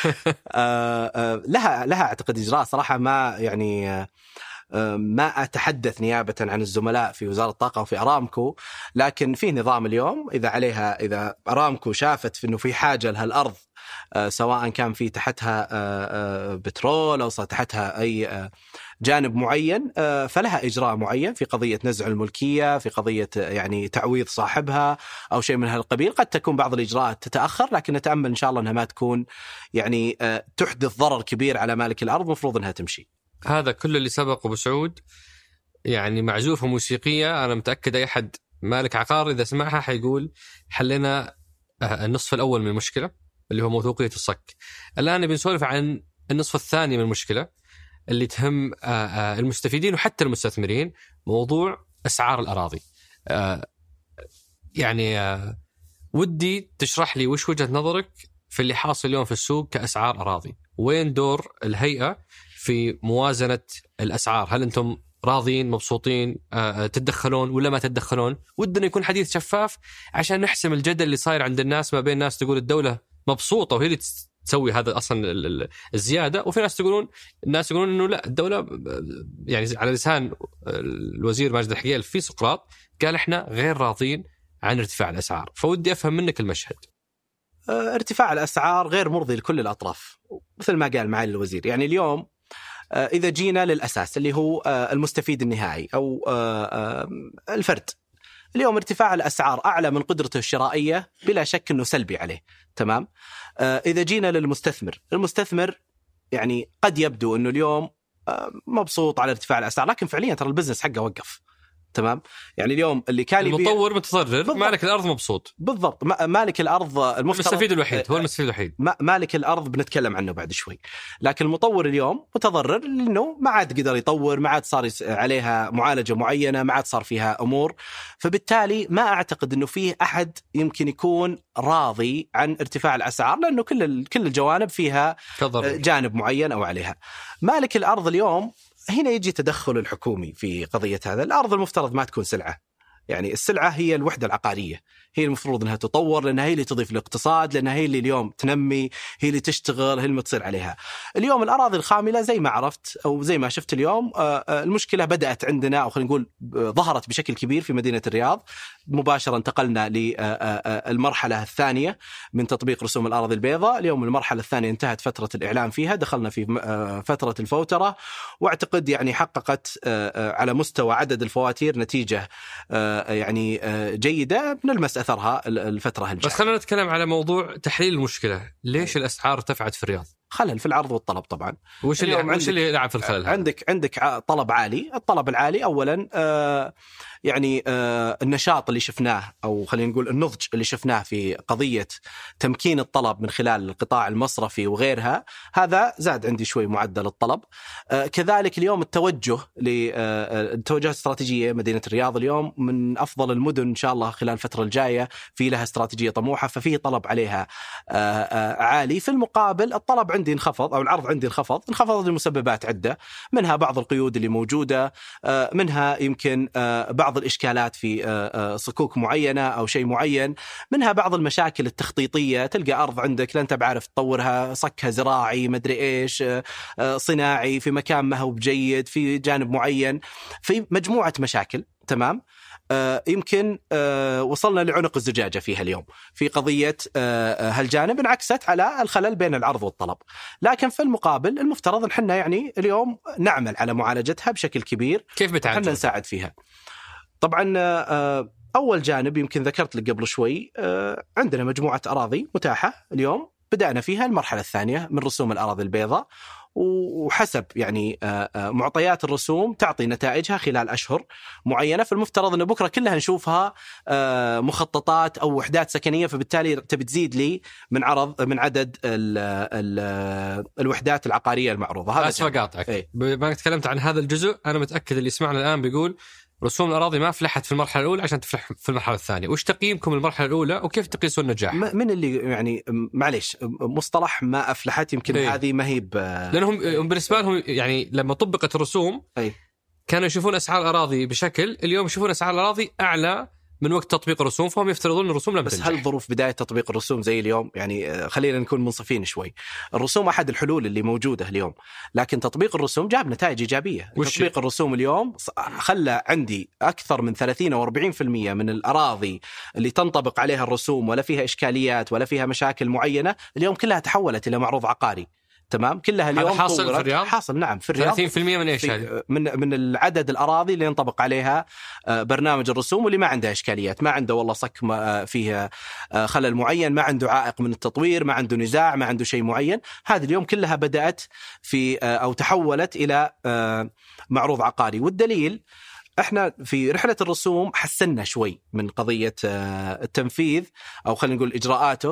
لها أعتقد إجراء صراحة، ما يعني ما أتحدث نيابة عن الزملاء في وزارة الطاقة وفي أرامكو، لكن في نظام اليوم إذا أرامكو شافت في إنه في حاجة لها الأرض، سواء كان في تحتها بترول أو تحتها أي جانب معين، فلها إجراء معين في قضية نزع الملكية، في قضية يعني تعويض صاحبها أو شيء من هالقبيل. قد تكون بعض الإجراءات تتأخر، لكن نتأمل إن شاء الله أنها ما تكون يعني تحدث ضرر كبير على مالك الأرض، مفروض أنها تمشي. هذا كل اللي سبق أبو سعود يعني معزوفة موسيقية. أنا متأكد أي حد مالك عقار إذا سمعها حيقول حلنا النصف الأول من المشكلة اللي هو موثوقية الصك. الآن بنسولف عن النصف الثاني من المشكلة اللي تهم المستفيدين وحتى المستثمرين، موضوع أسعار الأراضي. يعني ودي تشرح لي وش وجهة نظرك في اللي حاصل اليوم في السوق كأسعار أراضي، وين دور الهيئة في موازنة الأسعار؟ هل أنتم راضين مبسوطين تتدخلون ولا ما تتدخلون؟ ودنا يكون حديث شفاف عشان نحسم الجدل اللي صاير عند الناس، ما بين ناس تقول الدولة مبسوطة وهي اللي تسوي هذا أصلا الزيادة، وفي ناس يقولون إنه لا، الدولة يعني على لسان الوزير ماجد الحقيل في سقراط قال إحنا غير راضين عن ارتفاع الأسعار. فودي أفهم منك المشهد. ارتفاع الأسعار غير مرضي لكل الأطراف مثل ما قال معالي الوزير. يعني اليوم إذا جينا للأساس اللي هو المستفيد النهائي أو الفرد، اليوم ارتفاع الأسعار أعلى من قدرته الشرائية بلا شك أنه سلبي عليه. تمام. إذا جينا المستثمر يعني قد يبدو أنه اليوم مبسوط على ارتفاع الأسعار، لكن فعليا ترى البزنس حقه وقف. تمام. يعني اليوم اللي كان المطور متضرر، مالك الأرض مبسوط. بالضبط. مالك الأرض المستفيد الوحيد هو المستفيد الوحيد. مالك الأرض بنتكلم عنه بعد شوي، لكن المطور اليوم متضرر لأنه ما عاد قدر يطور، ما عاد صار عليها معالجة معينة، ما عاد صار فيها أمور. فبالتالي ما أعتقد أنه فيه أحد يمكن يكون راضي عن ارتفاع الأسعار، لأنه كل الجوانب فيها جانب معين أو عليها. مالك الأرض اليوم هنا يجي تدخل الحكومي في قضية هذا. الأرض المفترض ما تكون سلعة، يعني السلعة هي الوحدة العقارية، هي المفروض أنها تطور لأنها هي اللي تضيف الاقتصاد، لأنها هي اللي اليوم تنمي، هي اللي تشتغل، هي اللي تصير عليها. اليوم الأراضي الخاملة زي ما عرفت أو زي ما شفت اليوم، المشكلة بدأت عندنا أو خلينا نقول ظهرت بشكل كبير في مدينة الرياض. مباشرة انتقلنا للمرحلة الثانية من تطبيق رسوم الأراضي البيضاء. اليوم المرحلة الثانية انتهت فترة الإعلام فيها، دخلنا في فترة الفوترة، واعتقد يعني حققت على مستوى عدد الفواتير نتيجة يعني جيدة بنلمس أثرها الفترة الجاية. بس خلينا نتكلم على موضوع تحليل المشكلة. ليش الأسعار ارتفعت في الرياض؟ خلل في العرض والطلب طبعا. وش اللي لعب في الخلل هذا؟ عندك طلب عالي. الطلب العالي أولا يعني النشاط اللي شفناه أو خلينا نقول النضج اللي شفناه في قضية تمكين الطلب من خلال القطاع المصرفي وغيرها، هذا زاد عندي شوي معدل الطلب. كذلك اليوم التوجهات الاستراتيجية، مدينة الرياض اليوم من أفضل المدن إن شاء الله خلال الفترة الجاية، في لها استراتيجية طموحة، ففيه طلب عليها عالي. في المقابل الطلب عندي انخفض أو العرض عندي انخفض لمسببات عدة، منها بعض القيود اللي موجودة، منها يمكن بعض الإشكالات في صكوك معينة أو شيء معين، منها بعض المشاكل التخطيطية. تلقى أرض عندك لا أنت بعرف تطورها، صكها زراعي مدري إيش، صناعي، في مكان ما هو بجيد، في جانب معين، في مجموعة مشاكل. تمام. يمكن وصلنا لعنق الزجاجة فيها اليوم في قضية هالجانب، انعكست على الخلل بين العرض والطلب. لكن في المقابل المفترض ان احنا يعني اليوم نعمل على معالجتها بشكل كبير. كيف بتعالج؟ احنا نساعد فيها. طبعا أول جانب يمكن ذكرت لك قبل شوي، عندنا مجموعة أراضي متاحة اليوم، بدأنا فيها المرحلة الثانية من رسوم الأراضي البيضاء، وحسب يعني معطيات الرسوم تعطي نتائجها خلال أشهر معينة. فالمفترض أن بكرة كلها نشوفها مخططات أو وحدات سكنية، فبالتالي تبي تزيد لي من عدد الوحدات العقارية المعروضة. هذا أسفة قاطعك. بما تكلمت عن هذا الجزء، أنا متأكد اللي يسمعنا الآن بيقول رسوم الأراضي ما فلحت في المرحلة الأولى عشان تفلح في المرحلة الثانية. وش تقييمكم المرحلة الأولى وكيف تقيسوا النجاح؟ من اللي يعني معليش مصطلح ما أفلحت يمكن هذه ما هي لأنهم بالنسبة لهم يعني لما طبقت الرسوم كانوا يشوفون أسعار الأراضي بشكل، اليوم يشوفون أسعار الأراضي أعلى من وقت تطبيق الرسوم، فهم يفترضون أن الرسوم لم تنجح. بس هل ظروف بداية تطبيق الرسوم زي اليوم؟ يعني خلينا نكون منصفين شوي. الرسوم أحد الحلول اللي موجودة اليوم، لكن تطبيق الرسوم جاب نتائج إيجابية. تطبيق الرسوم اليوم خلى عندي أكثر من 30 أو 40% من الأراضي اللي تنطبق عليها الرسوم ولا فيها إشكاليات ولا فيها مشاكل معينة، اليوم كلها تحولت إلى معروض عقاري. تمام، كلها اليوم حاصل في الرياض. حاصل نعم في الرياض 30% من ايش هذه؟ من العدد الأراضي اللي ينطبق عليها برنامج الرسوم، واللي ما عنده إشكاليات، ما عنده والله صك فيها خلل معين، ما عنده عائق من التطوير، ما عنده نزاع، ما عنده شيء معين. هذه اليوم كلها بدأت في أو تحولت إلى معروض عقاري. والدليل احنا في رحلة الرسوم حسنا شوي من قضية التنفيذ، أو خلينا نقول إجراءاته.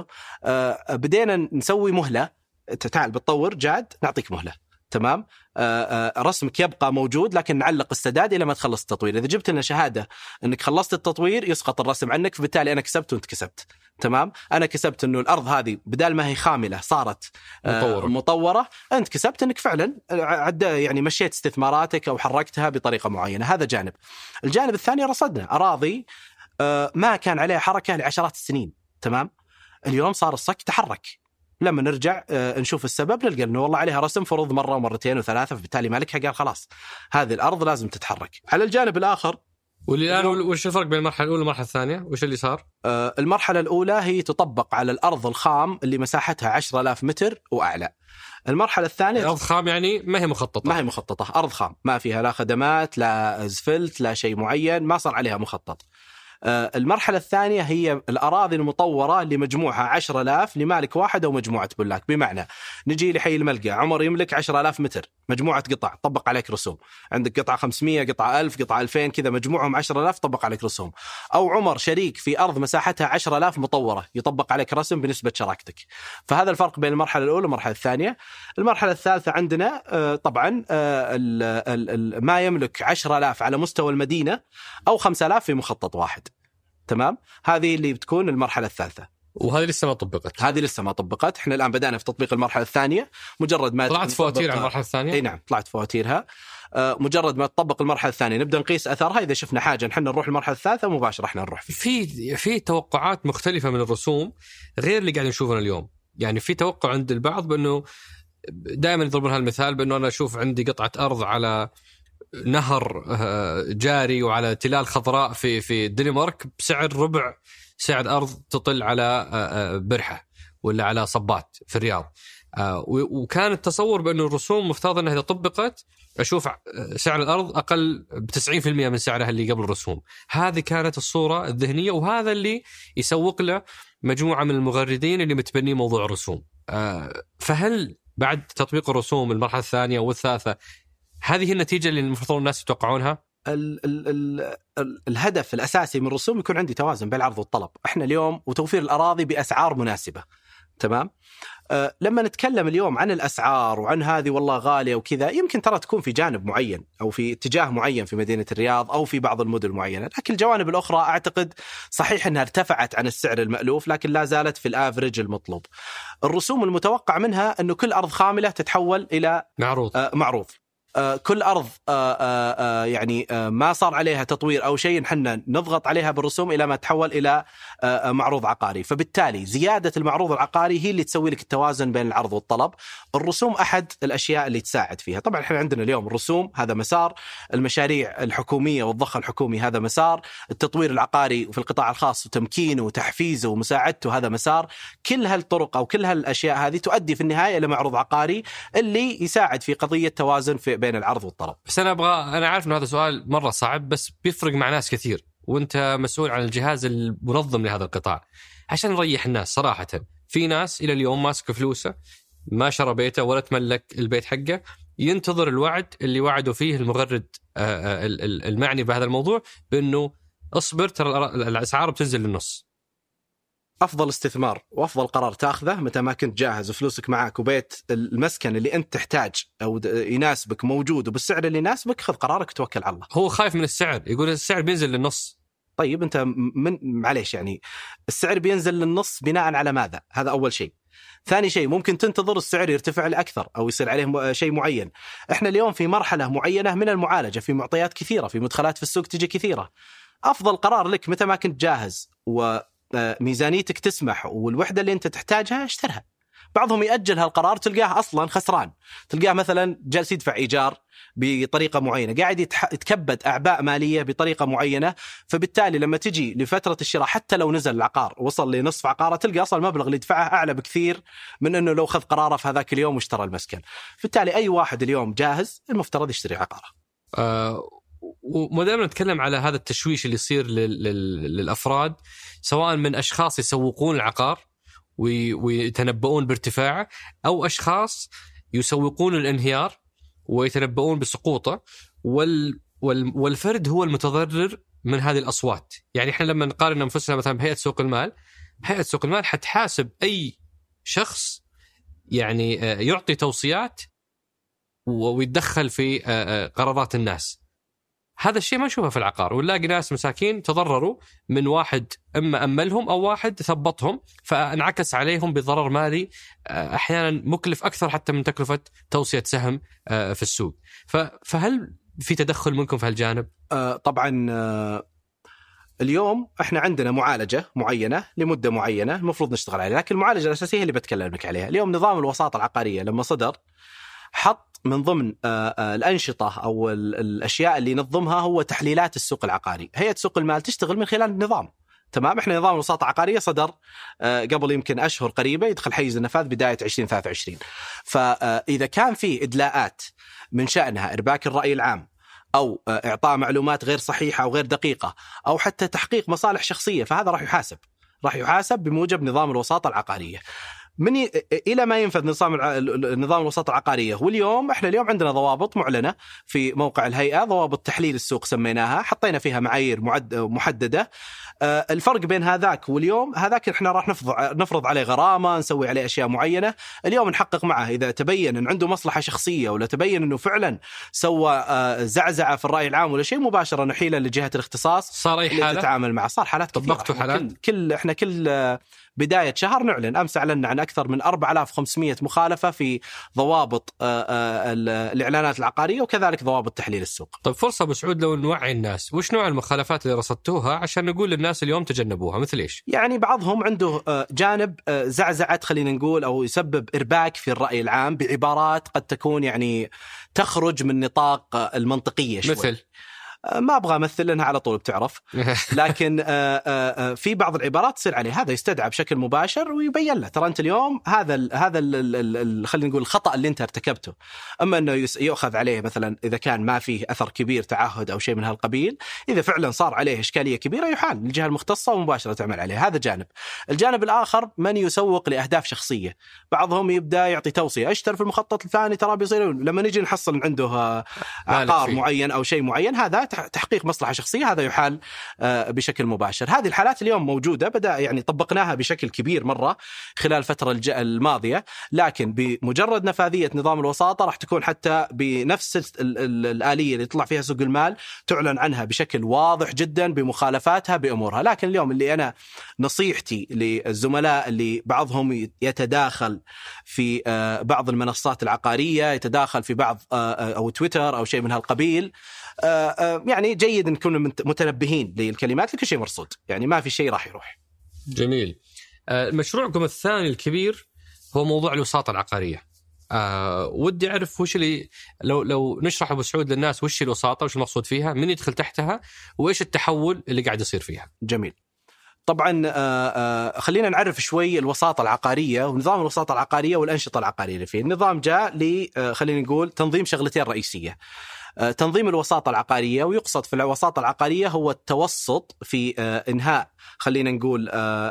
بدينا نسوي مهلة، تعال بتطور جاد نعطيك مهلة، تمام. رسمك يبقى موجود لكن نعلق السداد إلى ما تخلص التطوير. إذا جبت لنا شهادة أنك خلصت التطوير يسقط الرسم عنك، فبالتالي أنا كسبت وأنت كسبت. تمام، أنا كسبت أنه الأرض هذه بدال ما هي خاملة صارت مطورة، أنت كسبت أنك فعلا يعني مشيت استثماراتك أو حركتها بطريقة معينة. هذا جانب. الجانب الثاني، رصدنا أراضي ما كان عليها حركة لعشرات السنين، تمام. اليوم صار الصك تحرك. لما نرجع نشوف السبب نلقى أنه والله عليها رسم فرض مرة ومرتين وثلاثة، فبالتالي مالكها قال خلاص هذه الأرض لازم تتحرك. على الجانب الآخر، واللي الآن وش الفرق بين المرحلة الأولى والمرحلة الثانية؟ وش اللي صار؟ المرحلة الأولى هي تطبق على الأرض الخام اللي مساحتها 10,000 متر وأعلى. المرحلة الثانية أرض خام، يعني ما هي مخططة. ما هي مخططة، أرض خام ما فيها لا خدمات لا زفلت لا شيء معين، ما صار عليها مخطط. المرحلة الثانية هي الأراضي المطورة اللي مجموعها 10,000 لمالك واحد أو مجموعة بلاك. بمعنى نجي لحي الملقى، عمر يملك 10,000 متر، مجموعة قطع طبق عليك رسوم، عندك قطعة 500 قطعة 1000 قطعة 2000 كذا مجموعهم 10,000 طبق عليك رسوم. أو عمر شريك في أرض مساحتها 10,000 مطورة، يطبق عليك رسم بنسبة شراكتك. فهذا الفرق بين المرحلة الأولى والمرحلة الثانية. المرحلة الثالثة عندنا طبعا ما يملك 10,000 على مستوى المدينة أو 5,000 في مخطط واحد، تمام. هذه اللي بتكون المرحلة الثالثة، وهذه لسه ما طبقت. هذه لسه ما طبقت. احنا الآن بدأنا في تطبيق المرحلة الثانية. مجرد ما طلعت فواتير على المرحلة الثانية. اي نعم، طلعت فواتيرها. مجرد ما تطبق المرحلة الثانية نبدأ نقيس أثرها. إذا شفنا حاجة نحن نروح المرحلة الثالثة مباشرة احنا نروح في توقعات مختلفة من الرسوم غير اللي قاعد نشوفنا اليوم. يعني في توقع عند البعض بأنه دائما يضربون هالمثال بأنه أنا أشوف عندي قطعة أرض على نهر جاري وعلى تلال خضراء في الدنمارك بسعر ربع سعر أرض تطل على برحة ولا على صبات في الرياض. وكان التصور بأنه الرسوم مفترض أنها إذا طبقت أشوف سعر الأرض أقل ب90% من سعرها اللي قبل الرسوم. هذه كانت الصورة الذهنية، وهذا اللي يسوق له مجموعة من المغردين اللي متبنين موضوع الرسوم. فهل بعد تطبيق الرسوم المرحلة الثانية والثالثة هذه النتيجة اللي المفروض الناس يتوقعونها؟ الهدف الأساسي من الرسوم يكون عندي توازن بين العرض والطلب. احنا اليوم وتوفير الأراضي بأسعار مناسبة، تمام. لما نتكلم اليوم عن الأسعار وعن هذه والله غالية وكذا، يمكن ترى تكون في جانب معين أو في اتجاه معين في مدينة الرياض أو في بعض المدن المعينة، لكن الجوانب الأخرى أعتقد صحيح أنها ارتفعت عن السعر المألوف لكن لا زالت في الآفريج المطلوب. الرسوم المتوقع منها أنه كل أرض خاملة تتحول إلى معروض. كل أرض يعني ما صار عليها تطوير أو شيء نحن نضغط عليها بالرسوم إلى ما تحول إلى معروض عقاري. فبالتالي زيادة المعروض العقاري هي اللي تسوي لك التوازن بين العرض والطلب. الرسوم أحد الأشياء اللي تساعد فيها. طبعا احنا عندنا اليوم الرسوم هذا مسار، المشاريع الحكومية والضخ الحكومي هذا مسار، التطوير العقاري في القطاع الخاص وتمكينه وتحفيزه ومساعدته هذا مسار. كل هالطرق أو كل هالأشياء هذه تؤدي في النهاية إلى معروض عقاري اللي يساعد في قضية توازن بين العرض والطلب. بس أنا عارف إنه هذا سؤال مرة صعب، بس بيفرق مع ناس كثير، وأنت مسؤول عن الجهاز المنظم لهذا القطاع. عشان نريح الناس صراحة، في ناس إلى اليوم ماسك فلوسه ما شرى بيته ولا تملك البيت حقه، ينتظر الوعد اللي وعدوا فيه المغرد المعني بهذا الموضوع بأنه اصبر ترى الأسعار بتنزل للنص. أفضل استثمار وأفضل قرار تأخذه متى ما كنت جاهز وفلوسك معك وبيت المسكن اللي أنت تحتاج أو يناسبك موجود وبالسعر اللي يناسبك، خذ قرارك وتوكل على الله. هو خايف من السعر، يقول السعر بينزل للنص. طيب أنت معليش يعني السعر بينزل للنص بناء على ماذا؟ هذا أول شيء. ثاني شيء ممكن تنتظر السعر يرتفع لأكثر أو يصير عليه شيء معين. إحنا اليوم في مرحلة معينة من المعالجة، في معطيات كثيرة، في مدخلات في السوق تجي كثيرة. أفضل قرار لك متى ما كنت جاهز وميزانيتك تسمح والوحدة اللي أنت تحتاجها اشترها. بعضهم يأجل هالقرار تلقاه أصلا خسران، تلقاه مثلا جالس يدفع إيجار بطريقة معينة، قاعد يتكبد أعباء مالية بطريقة معينة، فبالتالي لما تجي لفترة الشراء حتى لو نزل العقار وصل لنصف عقاره تلقى أصلا المبلغ اللي يدفعه أعلى بكثير من أنه لو خذ قراره في هذاك اليوم واشترى المسكن. بالتالي أي واحد اليوم جاهز المفترض يشتري عقاره. وما دامنا نتكلم على هذا التشويش اللي يصير للأفراد، سواء من أشخاص يسوقون العقار ويتنبؤون بارتفاعه، أو أشخاص يسوقون الانهيار ويتنبؤون بسقوطه، والفرد هو المتضرر من هذه الأصوات. يعني إحنا لما نقارن أنفسنا مثلا بهيئة سوق المال، هيئة سوق المال حتحاسب أي شخص يعني يعطي توصيات ويتدخل في قرارات الناس. هذا الشيء ما نشوفه في العقار، ونلاقي ناس مساكين تضرروا من واحد إما أملهم أو واحد ثبطهم، فانعكس عليهم بضرر مالي أحيانا مكلف أكثر حتى من تكلفة توصية سهم في السوق. فهل في تدخل منكم في هالجانب؟ طبعا اليوم احنا عندنا معالجة معينة لمدة معينة المفروض نشتغل عليها، لكن المعالجة الأساسية اللي بتكلم لك عليها اليوم نظام الوساطة العقارية لما صدر حط من ضمن الأنشطة أو الأشياء اللي ينظمها هو تحليلات السوق العقاري. هيئة سوق المال تشتغل من خلال النظام. تمام. احنا نظام الوساطة العقارية صدر قبل يمكن أشهر قريبة، يدخل حيز النفاذ بداية 2023. فإذا كان في إدلاءات من شأنها إرباك الرأي العام أو إعطاء معلومات غير صحيحة أو غير دقيقة أو حتى تحقيق مصالح شخصية، فهذا راح يحاسب بموجب نظام الوساطة العقارية إلى ما ينفذ نظام الوساطة العقارية. واليوم احنا اليوم عندنا ضوابط معلنة في موقع الهيئة، ضوابط تحليل السوق سميناها، حطينا فيها معايير محددة. الفرق بين هذاك واليوم، هذاك احنا راح نفرض عليه غرامة، نسوي عليه أشياء معينة. اليوم نحقق معه إذا تبين أن عنده مصلحة شخصية ولا تبين أنه فعلا سوى زعزعة في الرأي العام ولا شيء، مباشرة نحيله لجهة الاختصاص صار أي حالة تتعامل معه. صار حالات كثيرة. طبقتوا حالات؟ احنا كل بداية شهر نعلن. أمس أعلنا عن أكثر من 4500 مخالفة في ضوابط الإعلانات العقارية وكذلك ضوابط تحليل السوق. طيب فرصة أبو سعود لو نوعي الناس، وش نوع المخالفات اللي رصدتوها عشان نقول للناس اليوم تجنبوها؟ مثل إيش؟ يعني بعضهم عنده جانب زعزعة خلينا نقول أو يسبب إرباك في الرأي العام بعبارات قد تكون يعني تخرج من نطاق المنطقية شوي. مثل ما أبغى أمثل لأنها على طول بتعرف، لكن في بعض العبارات تصير عليه هذا يستدعى بشكل مباشر ويبين له ترى أنت اليوم هذا خلينا نقول الخطأ اللي أنت ارتكبته. أما أنه يؤخذ عليه مثلا إذا كان ما فيه أثر كبير تعهد أو شيء من هالقبيل، إذا فعلا صار عليه إشكالية كبيرة يحال للجهة المختصة ومباشرة تعمل عليه. هذا جانب. الجانب الآخر من يسوق لأهداف شخصية، بعضهم يبدأ يعطي توصية اشتر في المخطط الثاني ترى بيصير، لما نيجي نحصل عنده عقار معين أو شيء معين هذا تحقيق مصلحة شخصية، هذا يحال بشكل مباشر. هذه الحالات اليوم موجودة، بدأ يعني طبقناها بشكل كبير مرة خلال الفترة الماضية، لكن بمجرد نفاذية نظام الوساطة راح تكون حتى بنفس الآلية اللي يطلع فيها سوق المال تعلن عنها بشكل واضح جدا بمخالفاتها بأمورها. لكن اليوم اللي أنا نصيحتي للزملاء اللي بعضهم يتداخل في بعض المنصات العقارية، يتداخل في بعض أو تويتر أو شيء من هالقبيل، يعني جيد نكون متنبهين للكلمات، لكل شيء مرصود، يعني ما في شيء راح يروح. جميل. مشروعكم الثاني الكبير هو موضوع الوساطة العقارية. ودي أعرف وش اللي لو نشرح أبو سعود للناس وش الوساطة وش المقصود فيها، من يدخل تحتها، وإيش التحول اللي قاعد يصير فيها. جميل. طبعا خلينا نعرف شوي الوساطة العقارية ونظام الوساطة العقارية والأنشطة العقارية اللي فيه. النظام جاء خلينا نقول تنظيم شغلتين رئيسية. تنظيم الوساطة العقارية، ويقصد في الوساطة العقارية هو التوسط في إنهاء خلينا نقول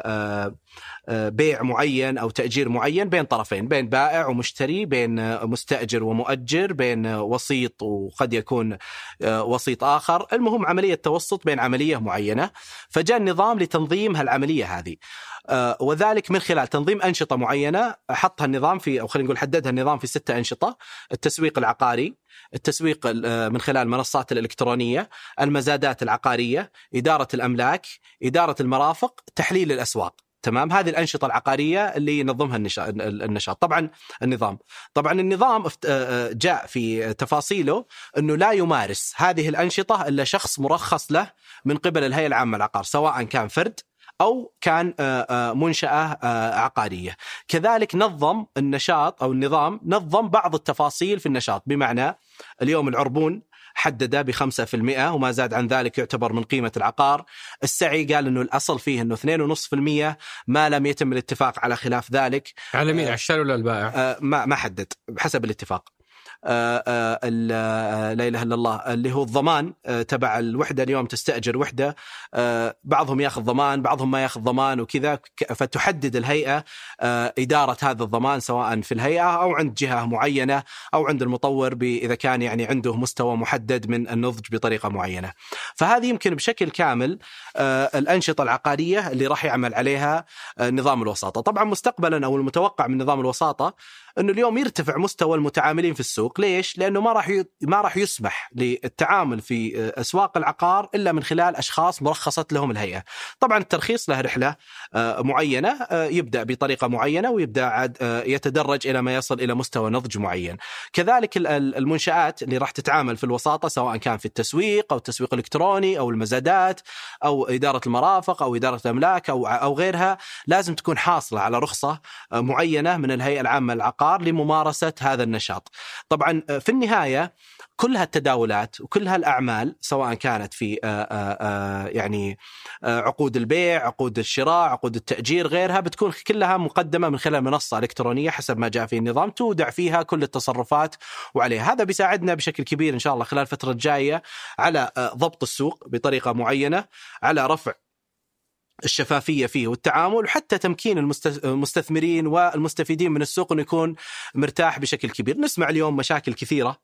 بيع معين أو تأجير معين بين طرفين، بين بائع ومشتري، بين مستأجر ومؤجر، بين وسيط وقد يكون وسيط آخر، المهم عملية توسط بين عملية معينة. فجاء النظام لتنظيم هالعملية هذه، وذلك من خلال تنظيم أنشطة معينة حطها النظام في، أو خلينا نقول حددها النظام في 6 أنشطة: التسويق العقاري، التسويق من خلال المنصات الإلكترونية، المزادات العقارية، إدارة الأملاك، إدارة المرافق، تحليل الأسواق. تمام. هذه الأنشطة العقارية اللي ينظمها النشاط. طبعا النظام جاء في تفاصيله أنه لا يمارس هذه الأنشطة إلا شخص مرخص له من قبل الهيئة العامة للعقار، سواء كان فرد أو كان منشأة عقارية. كذلك نظم النشاط أو النظام نظم بعض التفاصيل في النشاط، بمعنى اليوم العربون حدده ب5% وما زاد عن ذلك يعتبر من قيمة العقار. السعي قال أنه الأصل فيه أنه 2.5% ما لم يتم الاتفاق على خلاف ذلك. على مين، على الشاري ولا البائع؟ ما حدد، بحسب الاتفاق. لا إله إلا الله، اللي هو الضمان تبع الوحدة. اليوم تستأجر وحدة، بعضهم ياخذ ضمان بعضهم ما ياخذ ضمان وكذا، فتحدد الهيئة إدارة هذا الضمان سواء في الهيئة أو عند جهة معينة أو عند المطور إذا كان يعني عنده مستوى محدد من النضج بطريقة معينة. فهذه يمكن بشكل كامل الأنشطة العقارية اللي راح يعمل عليها نظام الوساطة. طبعا مستقبلا أو المتوقع من نظام الوساطة أنه اليوم يرتفع مستوى المتعاملين في السوق. ليش؟ لأنه ما راح يسمح للتعامل في أسواق العقار إلا من خلال أشخاص مرخصت لهم الهيئة. طبعا الترخيص له رحلة معينة، يبدأ بطريقة معينة ويبدأ يتدرج إلى ما يصل إلى مستوى نضج معين. كذلك المنشآت اللي راح تتعامل في الوساطة، سواء كان في التسويق أو التسويق الإلكتروني أو المزادات أو إدارة المرافق أو إدارة الأملاك أو غيرها، لازم تكون حاصلة على رخصة معينة من الهيئة العامة للعقار لممارسة هذا النشاط. طبعا في النهاية كل هالتداولات وكل هالأعمال، سواء كانت في يعني عقود البيع، عقود الشراء، عقود التأجير، غيرها، بتكون كلها مقدمة من خلال منصة إلكترونية حسب ما جاء في النظام، تودع فيها كل التصرفات وعليها. هذا بيساعدنا بشكل كبير إن شاء الله خلال الفترة الجاية على ضبط السوق بطريقة معينة، على رفع الشفافية فيه والتعامل، وحتى تمكين المستثمرين والمستفيدين من السوق أن يكون مرتاح بشكل كبير. نسمع اليوم مشاكل كثيرة،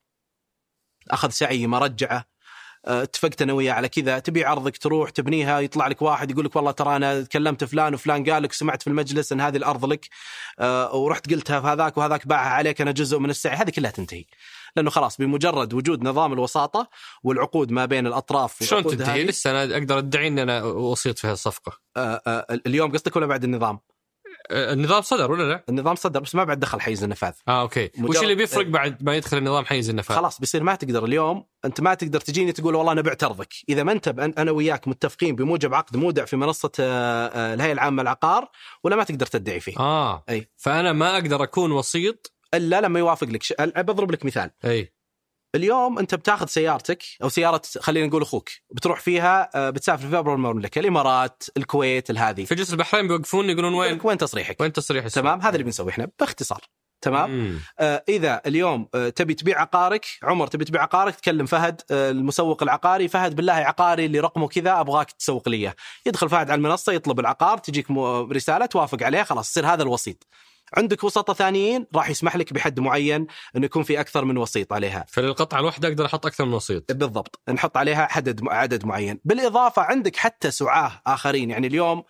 أخذ سعي ما رجعه، اتفقت أنا وياه على كذا، تبي عرضك تروح تبنيها، يطلع لك واحد يقول لك والله ترى أنا كلمت فلان وفلان قال لك، سمعت في المجلس أن هذه الأرض لك، ورحت قلتها في هذاك وهذاك باعها عليك، أنا جزء من السعي. هذه كلها تنتهي، لأنه خلاص بمجرد وجود نظام الوساطة والعقود ما بين الأطراف. شلون تنتهي؟ لسه أنا أقدر أدعي أن أنا وسيط في هالصفقة. اليوم قصدك ولا بعد النظام؟ النظام صدر ولا لا؟ النظام صدر بس ما بعد دخل حيز النفاذ. أوكي. وش اللي بيفرق بعد ما يدخل النظام حيز النفاذ؟ خلاص بيصير ما تقدر اليوم، أنت ما تقدر تجيني تقول والله أنا بعت أرضك إذا ما أنت أنا وياك متفقين بموجب عقد مودع في منصة الهيئة العامة للعقار، ولا ما تقدر تدعي فيه. أي. فأنا ما أقدر أكون وسيط إلا لما يوافق لك. بضرب لك مثال. أي. اليوم أنت بتاخذ سيارتك أو سيارة خلينا نقول أخوك، بتروح فيها بتسافر فيها برا المملكة، الإمارات، الكويت، هذه في جزر البحرين بيوقفون يقولون وين تصريحك، وين تصريح السوق. تمام. هذا اللي بنسويه إحنا باختصار. تمام. إذا اليوم تبي تبيع عقارك، عمر تبي تبيع عقارك، تكلم فهد المسوق العقاري، فهد بالله عقاري اللي رقمه كذا أبغاك تسوق ليه، يدخل فهد على المنصة يطلب العقار، تجيك رسالة توافق عليها، خلاص يصير هذا الوسيط. عندك وسطة ثانيين راح يسمح لك بحد معين أنه يكون في أكثر من وسيط عليها. فللقطعة الواحدة أقدر أحط أكثر من وسيط. بالضبط، نحط عليها عدد معين. بالإضافة عندك حتى سعاه آخرين، يعني اليوم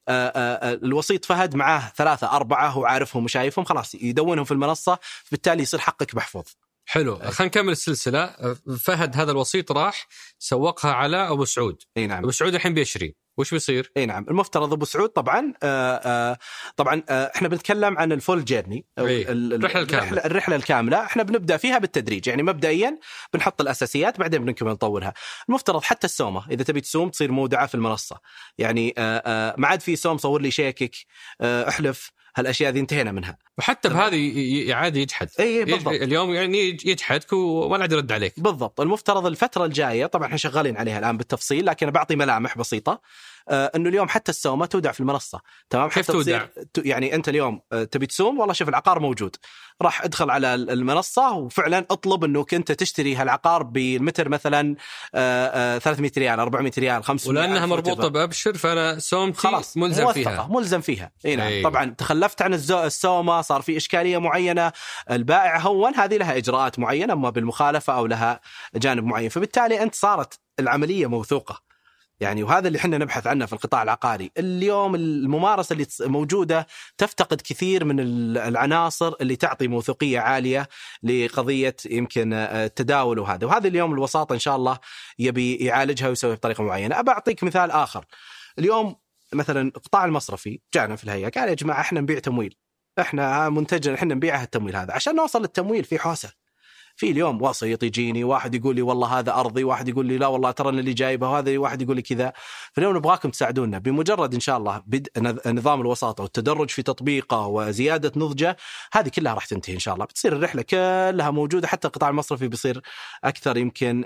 الوسيط فهد معاه 3-4 هو عارفهم وشايفهم، خلاص يدونهم في المنصة، بالتالي يصير حقك محفوظ. حلو. خلينا نكمل السلسلة. فهد هذا الوسيط راح سوقها على أبو سعود. اي نعم. أبو سعود الحين بيشري، وش بيصير؟ اي نعم. المفترض ابو سعود طبعا احنا بنتكلم عن الفول جيرني، الرحله الكامله. احنا بنبدا فيها بالتدريج، يعني مبدئيا بنحط الاساسيات، بعدين بنكمل نطورها. المفترض حتى السومه اذا تبي تسوم تصير مودعه في المنصه، يعني ما عاد في سوم صور لي شيكك، احلف، هالاشياء ذي انتهينا منها. وحتى بهذه عادي يجحد. اي بالضبط. اليوم يعني يجحدك وما عاد يرد عليك. بالضبط. المفترض الفتره الجايه، طبعا احنا شغالين عليها الان بالتفصيل، لكن بعطي ملامح بسيطه، انه اليوم حتى السومه تودع في المنصه. تمام. كيف تودع؟ يعني انت اليوم تبي تسوم، والله شوف العقار موجود، راح ادخل على المنصه وفعلا اطلب انك انت تشتري هالعقار بالمتر مثلا 300 ريال، 400 ريال، 500. ولانها مربوطه بابشر فانا سومتي خلاص ملزم فيها. نعم. طبعا تخلفت عن السومه، صار في اشكاليه معينه، البائع هون، هذه لها اجراءات معينه، اما بالمخالفه او لها جانب معين، فبالتالي انت صارت العمليه موثوقه. يعني وهذا اللي احنا نبحث عنه في القطاع العقاري. اليوم الممارسة اللي موجودة تفتقد كثير من العناصر اللي تعطي موثوقية عالية لقضية يمكن التداول وهذا اليوم الوساطة إن شاء الله يبي يعالجها ويسويها بطريقة معينة. أبى أعطيك مثال آخر. اليوم مثلا القطاع المصرفي جانا في الهيئة قال يا جماعة احنا نبيع تمويل، احنا منتجنا احنا نبيعها التمويل هذا. عشان نوصل للتمويل في حوسة، في اليوم وسيط يجيني واحد يقول لي والله هذا أرضي، واحد يقول لي لا والله ترى اللي جايبه، وهذا واحد يقول لي كذا. فاليوم نبغاكم تساعدونا. بمجرد إن شاء الله بدء نظام الوساطة والتدرج في تطبيقه وزيادة نضجه، هذه كلها راح تنتهي إن شاء الله، بتصير الرحلة كلها موجودة. حتى القطاع المصرفي بيصير أكثر يمكن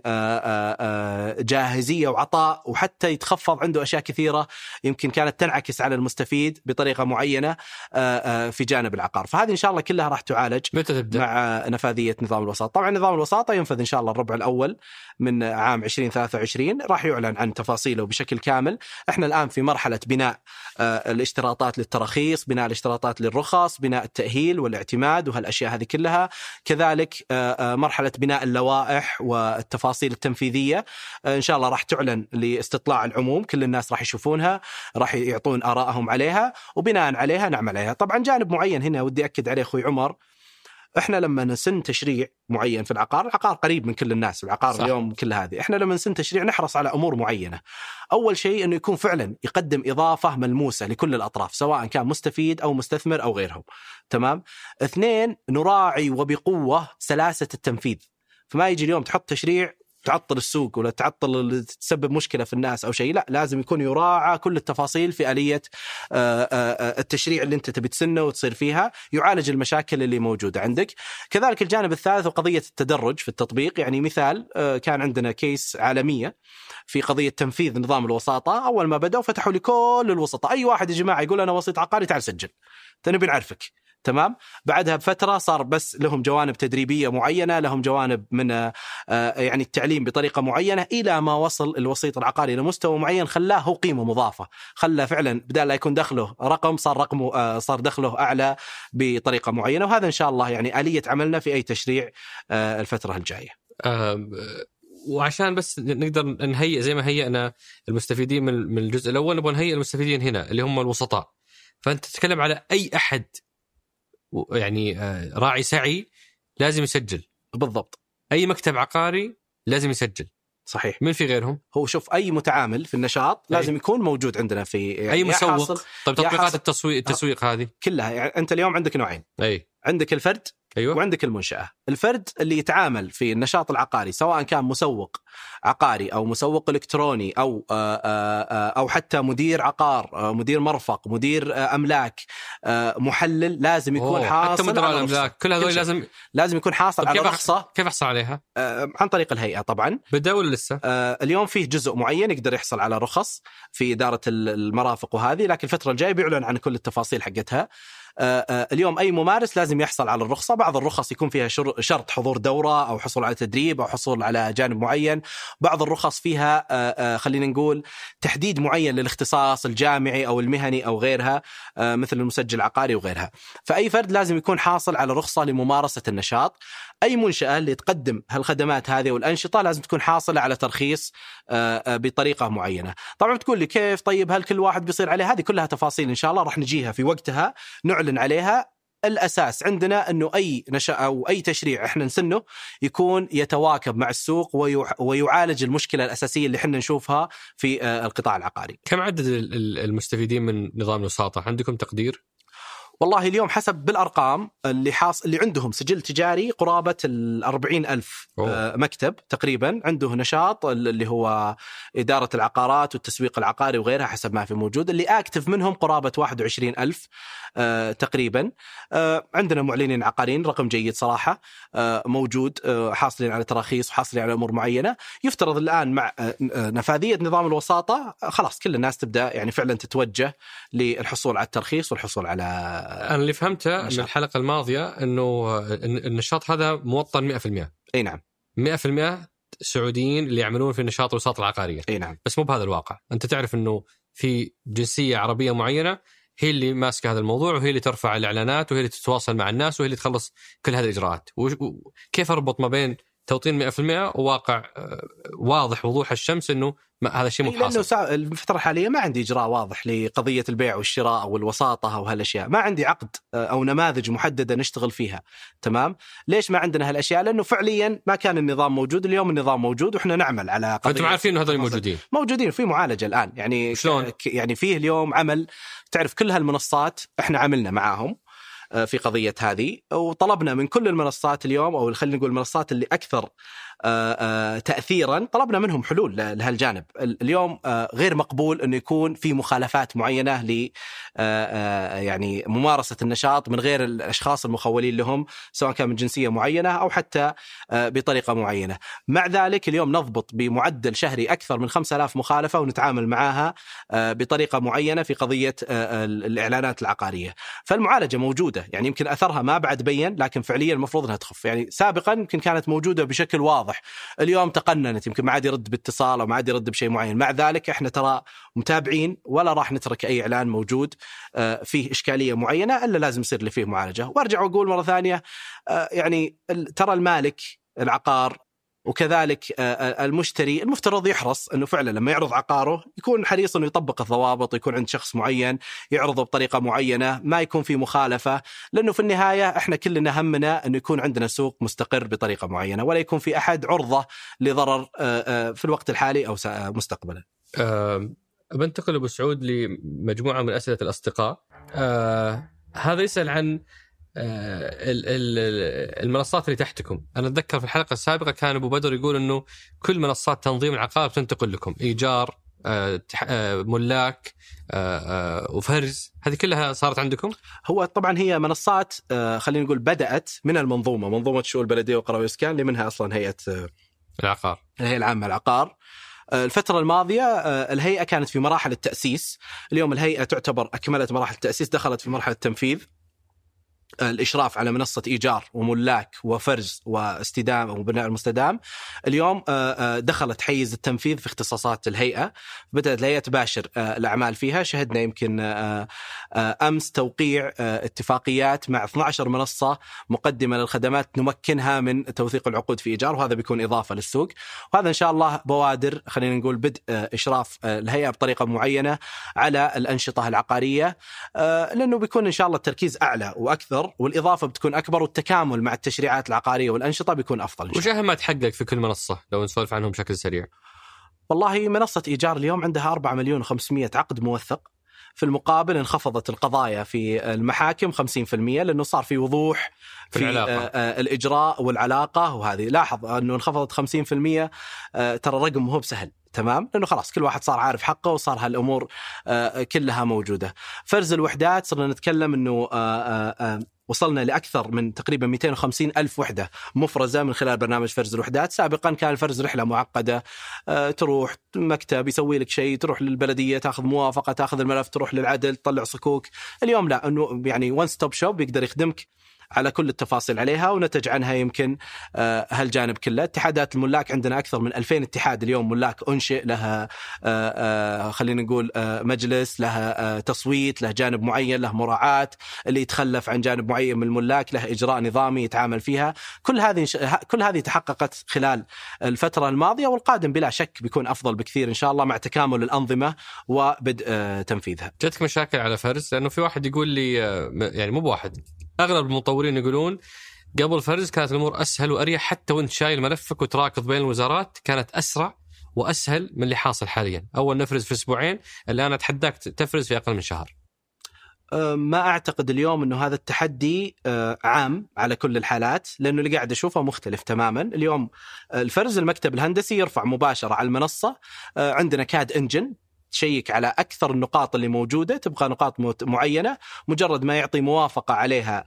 جاهزية وعطاء، وحتى يتخفض عنده أشياء كثيرة يمكن كانت تنعكس على المستفيد بطريقة معينة في جانب العقار. فهذه إن شاء الله كلها راح تعالج مع نفاذية نظام الوساطة. طبعا نظام الوساطة ينفذ إن شاء الله الربع الأول من عام 2023، راح يعلن عن تفاصيله بشكل كامل. احنا الآن في مرحلة بناء الاشتراطات للتراخيص، بناء الاشتراطات للرخص، بناء التأهيل والاعتماد وهالأشياء هذه كلها. كذلك مرحلة بناء اللوائح والتفاصيل التنفيذية إن شاء الله راح تعلن لاستطلاع العموم، كل الناس راح يشوفونها، راح يعطون آرائهم عليها، وبناء عليها نعمل عليها. طبعا جانب معين هنا ودي أكد عليه أخوي عمر، احنا لما نسن تشريع معين في العقار قريب من كل الناس، العقار صح. اليوم كل هذه احنا لما نسن تشريع نحرص على امور معينه. اول شيء انه يكون فعلا يقدم اضافه ملموسه لكل الاطراف، سواء كان مستفيد او مستثمر او غيرهم. تمام. 2، نراعي وبقوه سلاسه التنفيذ. فما يجي اليوم تحط تشريع تعطل السوق ولا تعطل تسبب مشكلة في الناس أو شيء، لا، لازم يكون يراعى كل التفاصيل في آلية التشريع اللي أنت تبي تسنه وتصير فيها، يعالج المشاكل اللي موجودة عندك. كذلك الجانب الثالث وقضية التدرج في التطبيق. يعني مثال، كان عندنا كيس عالمية في قضية تنفيذ نظام الوساطة. أول ما بدأوا فتحوا لكل الوسطاء، أي واحد يا جماعة يقول أنا وسيط عقاري تعال سجل، تنبي نعرفك. تمام. بعدها بفترة صار بس لهم جوانب تدريبية معينة، لهم جوانب من يعني التعليم بطريقة معينة، إلى ما وصل الوسيط العقاري لمستوى معين خلاه هو قيمة مضافة، خلى فعلا بدال لا يكون دخله رقم صار دخله أعلى بطريقة معينة. وهذا إن شاء الله يعني آلية عملنا في أي تشريع الفترة الجاية. وعشان بس نقدر نهيئ زي ما هيئنا المستفيدين من الجزء الأول، نبغى نهيئ المستفيدين هنا اللي هم الوسطاء. فأنت تتكلم على أي أحد يعني راعي سعي لازم يسجل. بالضبط. أي مكتب عقاري لازم يسجل. صحيح. من في غيرهم؟ هو شوف، أي متعامل في النشاط لازم يكون موجود عندنا في يعني أي مسوق. طيب تطبيقات التسويق هذه كلها يعني أنت اليوم عندك نوعين. عندك الفرد أيوة. وعندك المنشأة. الفرد اللي يتعامل في النشاط العقاري سواء كان مسوق عقاري أو مسوق إلكتروني أو حتى مدير عقار، مدير مرفق، مدير أملاك، محلل، لازم يكون حاصل حتى مدير الأملاك، كل هذول لازم يكون حاصل على رخصة. كيف أحصل عليها؟ عن طريق الهيئة طبعا. بدأ ولا لسه؟ اليوم فيه جزء معين يقدر يحصل على رخص في إدارة المرافق وهذه، لكن الفترة الجاية بيعلن عن كل التفاصيل حقتها. اليوم أي ممارس لازم يحصل على الرخصة. بعض الرخص يكون فيها شرط حضور دورة أو حصول على تدريب أو حصول على جانب معين. بعض الرخص فيها خلينا نقول تحديد معين للاختصاص الجامعي أو المهني أو غيرها، مثل المسجل العقاري وغيرها. فأي فرد لازم يكون حاصل على رخصة لممارسة النشاط. أي منشأة اللي تقدم هالخدمات هذه والأنشطة لازم تكون حاصلة على ترخيص بطريقة معينة. طبعا بتقول لي كيف؟ طيب هل كل واحد بيصير عليه؟ هذه كلها تفاصيل إن شاء الله راح نجيها في وقتها نعلن عليها. الأساس عندنا أنه أي نشأة أو أي تشريع إحنا نسنه يكون يتواكب مع السوق ويعالج المشكلة الأساسية اللي إحنا نشوفها في القطاع العقاري. كم عدد المستفيدين من نظام الوساطة عندكم تقدير؟ والله اليوم حسب بالأرقام اللي عندهم سجل تجاري قرابة 40,000 مكتب تقريبا عنده نشاط اللي هو إدارة العقارات والتسويق العقاري وغيرها حسب ما في موجود. اللي أكتف منهم قرابة 21,000 تقريبا. عندنا معلنين عقاريين، رقم جيد صراحة، موجود، حاصلين على تراخيص وحاصلين على أمور معينة. يفترض الآن مع نفاذية نظام الوساطة خلاص كل الناس تبدأ يعني فعلا تتوجه للحصول على الترخيص والحصول على. أنا اللي فهمته من الحلقة الماضية أنه النشاط هذا موطن 100%. أي نعم. 100% سعوديين اللي يعملون في النشاط الوساطة العقارية. أي نعم. بس مو بهذا الواقع. أنت تعرف أنه في جنسية عربية معينة هي اللي ماسكة هذا الموضوع، وهي اللي ترفع الإعلانات، وهي اللي تتواصل مع الناس، وهي اللي تخلص كل هذه الإجراءات. كيف أربط ما بين توطين 100% وواقع واضح وضوح الشمس انه هذا الشيء مو حاصل. لانه الفتره الحاليه ما عندي اجراء واضح لقضيه البيع والشراء او الوساطه او هالاشياء، ما عندي عقد او نماذج محدده نشتغل فيها. تمام. ليش ما عندنا هالاشياء؟ لانه فعليا ما كان النظام موجود. اليوم النظام موجود واحنا نعمل على قضيه. فانتم عارفين انه هذول موجودين في معالجه الان، يعني شلون؟ يعني فيه اليوم عمل، تعرف كل هالمنصات احنا عملنا معاهم في قضية هذه، وطلبنا من كل المنصات اليوم، أو خلينا نقول المنصات اللي أكثر تأثيرا، طلبنا منهم حلول لهالجانب. اليوم غير مقبول أنه يكون في مخالفات معينة ل يعني ممارسة النشاط من غير الأشخاص المخولين لهم، سواء كان من جنسية معينة أو حتى بطريقة معينة. مع ذلك اليوم نضبط بمعدل شهري أكثر من 5000 مخالفة ونتعامل معها بطريقة معينة في قضية الإعلانات العقارية. فالمعالجة موجودة، يعني يمكن أثرها ما بعد بين، لكن فعليا المفروض أنها تخف. يعني سابقا يمكن كانت موجودة بشكل واضح، اليوم تقننت، يمكن ما عاد يرد باتصال أو ما عاد يرد بشيء معين. مع ذلك احنا ترى متابعين، ولا راح نترك أي إعلان موجود فيه إشكالية معينة إلا لازم يصير اللي فيه معالجة. وارجع وأقول مرة ثانية، يعني ترى المالك العقار وكذلك المشتري المفترض يحرص أنه فعلا لما يعرض عقاره يكون حريص أنه يطبق الضوابط، يكون عند شخص معين يعرضه بطريقة معينة، ما يكون في مخالفة. لأنه في النهاية إحنا كلنا همنا أنه يكون عندنا سوق مستقر بطريقة معينة، ولا يكون في أحد عرضة لضرر في الوقت الحالي أو مستقبلا. بنتقل أبو سعود لمجموعة من أسئلة الأصدقاء. هذا يسأل عن المنصات اللي تحتكم. أنا أتذكر في الحلقة السابقة كان أبو بدر يقول أنه كل منصات تنظيم العقار بتنتقل لكم، إيجار، ملاك، وفرز، هذه كلها صارت عندكم؟ هو طبعا هي منصات خلينا نقول بدأت من منظومة شؤون البلدية والقرى والإسكان، اللي منها أصلا هيئة العقار، الهيئة العامة العقار. الفترة الماضية الهيئة كانت في مراحل التأسيس. اليوم الهيئة تعتبر أكملت مراحل التأسيس، دخلت في مرحلة التنفيذ، الإشراف على منصة إيجار وملاك وفرز واستدام وبناء المستدام. اليوم دخلت حيز التنفيذ في اختصاصات الهيئة، بدأت الهيئة تباشر الأعمال فيها. شهدنا يمكن أمس توقيع اتفاقيات مع 12 منصة مقدمة للخدمات نمكنها من توثيق العقود في إيجار، وهذا بيكون إضافة للسوق. وهذا إن شاء الله بوادر، خلينا نقول بدء إشراف الهيئة بطريقة معينة على الأنشطة العقارية، لأنه بيكون إن شاء الله التركيز أعلى وأكثر، والإضافة بتكون أكبر، والتكامل مع التشريعات العقارية والأنشطة بيكون أفضل. وش أهم ما تحقق في كل منصة لو نسولف عنهم بشكل سريع؟ والله منصة إيجار اليوم عندها 4,500,000 عقد موثق، في المقابل انخفضت القضايا في المحاكم 50%، لأنه صار في وضوح في الإجراء والعلاقة. وهذه لاحظ أنه انخفضت 50%، ترى رقم مو بسهل. تمام، لأنه خلاص كل واحد صار عارف حقه وصار هالأمور كلها موجودة. فرز الوحدات صرنا نتكلم أنه وصلنا لأكثر من تقريبا 250,000 وحدة مفرزة من خلال برنامج فرز الوحدات. سابقا كان الفرز رحلة معقدة، تروح مكتب يسوي لك شيء، تروح للبلدية تأخذ موافقة، تأخذ الملف، تروح للعدل، تطلع صكوك. اليوم لا، أنه يعني one stop shop بيقدر يخدمك على كل التفاصيل عليها، ونتج عنها يمكن هالجانب كله. اتحادات الملاك عندنا أكثر من 2000 اتحاد اليوم ملاك أنشئ، لها خلينا نقول مجلس، لها تصويت، له جانب معين، له مراعاة، اللي يتخلف عن جانب معين من الملاك له إجراء نظامي يتعامل فيها. كل هذه تحققت خلال الفترة الماضية، والقادم بلا شك بيكون أفضل بكثير إن شاء الله مع تكامل الأنظمة وبدء تنفيذها. جتك مشاكل على فرز؟ لأنه في واحد يقول لي، يعني مو بواحد، أغلب المطورين يقولون قبل فرز كانت الأمور أسهل وأريح، حتى وانت شايل ملفك وتراكض بين الوزارات كانت أسرع وأسهل من اللي حاصل حاليا. أول نفرز في أسبوعين، الآن أتحداك تفرز في أقل من شهر. ما أعتقد اليوم أنه هذا التحدي عام على كل الحالات، لأنه اللي قاعد أشوفه مختلف تماما. اليوم الفرز المكتب الهندسي يرفع مباشرة على المنصة، عندنا كاد انجن تشيك على أكثر النقاط اللي موجودة، تبقى نقاط معينة، مجرد ما يعطي موافقة عليها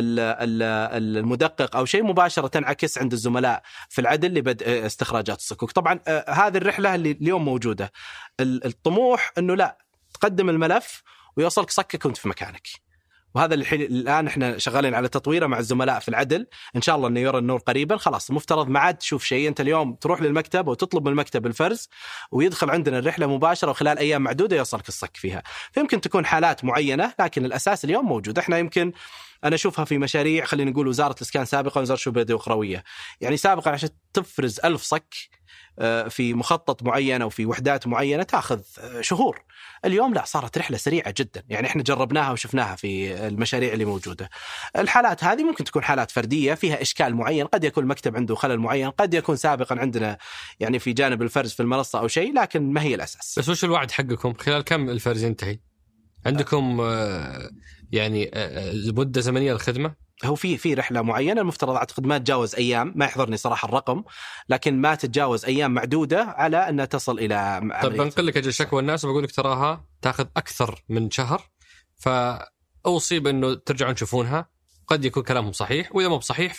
المدقق أو شيء، مباشرة تنعكس عند الزملاء في العدل لبدء استخراجات الصكوك. طبعا هذه الرحلة اللي اليوم موجودة، الطموح أنه لا، تقدم الملف ويوصلك صكك وانت في مكانك، وهذا الآن إحنا شغالين على تطويره مع الزملاء في العدل، إن شاء الله إنه يرى النور قريبا. خلاص المفترض ما عاد تشوف شيء، أنت اليوم تروح للمكتب وتطلب من المكتب الفرز ويدخل عندنا الرحلة مباشرة، وخلال أيام معدودة يوصلك الصك فيها. فيمكن تكون حالات معينة، لكن الأساس اليوم موجود. إحنا يمكن أنا أشوفها في مشاريع، خلينا نقول وزارة الإسكان سابقا، وزارة الشؤون البلدية والأخروية، يعني سابقا عشان تفرز 1000 صك في مخطط معين أو في وحدات معينة تأخذ شهور. اليوم لا، صارت رحلة سريعة جدا، يعني إحنا جربناها وشفناها في المشاريع اللي موجودة. الحالات هذه ممكن تكون حالات فردية فيها إشكال معين، قد يكون المكتب عنده خلل معين، قد يكون سابقا عندنا يعني في جانب الفرز في المنصة أو شيء، لكن ما هي الأساس. بس وش الوعد حقكم؟ خلال كم الفرز ينتهي؟ عندكم يعني مدة زمنية للخدمة؟ هو في رحلة معينة المفترض أعتقد ما تتجاوز أيام، ما يحضرني صراحة الرقم، لكن ما تتجاوز أيام معدودة على أنها تصل إلى. طب بنقل لك أجل شكوى الناس وبقول لك تراها تأخذ أكثر من شهر، فأوصي بأنه ترجعون تشوفونها. قد يكون كلامهم صحيح، وإذا مو بصحيح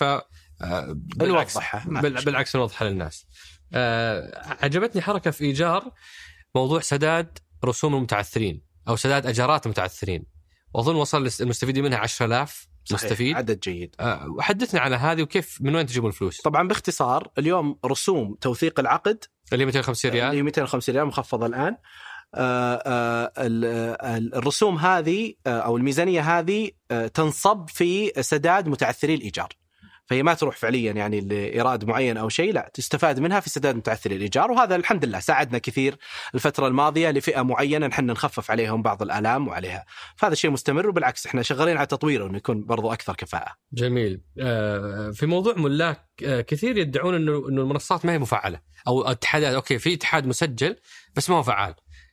بالعكس نوضحها للناس. عجبتني حركة في إيجار موضوع سداد رسوم المتعثرين أو سداد أجارات المتعثرين، وأظن وصل المستفيدين منها 10,000 مستفيد، عدد جيد. وحدثنا على هذه وكيف من وين تجيبون الفلوس؟ طبعا باختصار اليوم رسوم توثيق العقد اللي 250 ريال، اللي 250 ريال مخفضة الآن. الرسوم هذه أو الميزانية هذه تنصب في سداد متعثري الإيجار، فهي ما تروح فعليا يعني لإيراد معين أو شيء، لا، تستفاد منها في سداد متعثري الإيجار. وهذا الحمد لله ساعدنا كثير الفترة الماضية لفئة معينة نحن نخفف عليهم بعض الآلام وعليها، فهذا الشيء مستمر، وبالعكس احنا شغالين على تطويره انه يكون برضو أكثر كفاءة. جميل. في موضوع ملاك كثير يدعون إنه المنصات ما هي مفعلة، أو اتحادات أوكي في اتحاد مسجل بس ما هو فعال.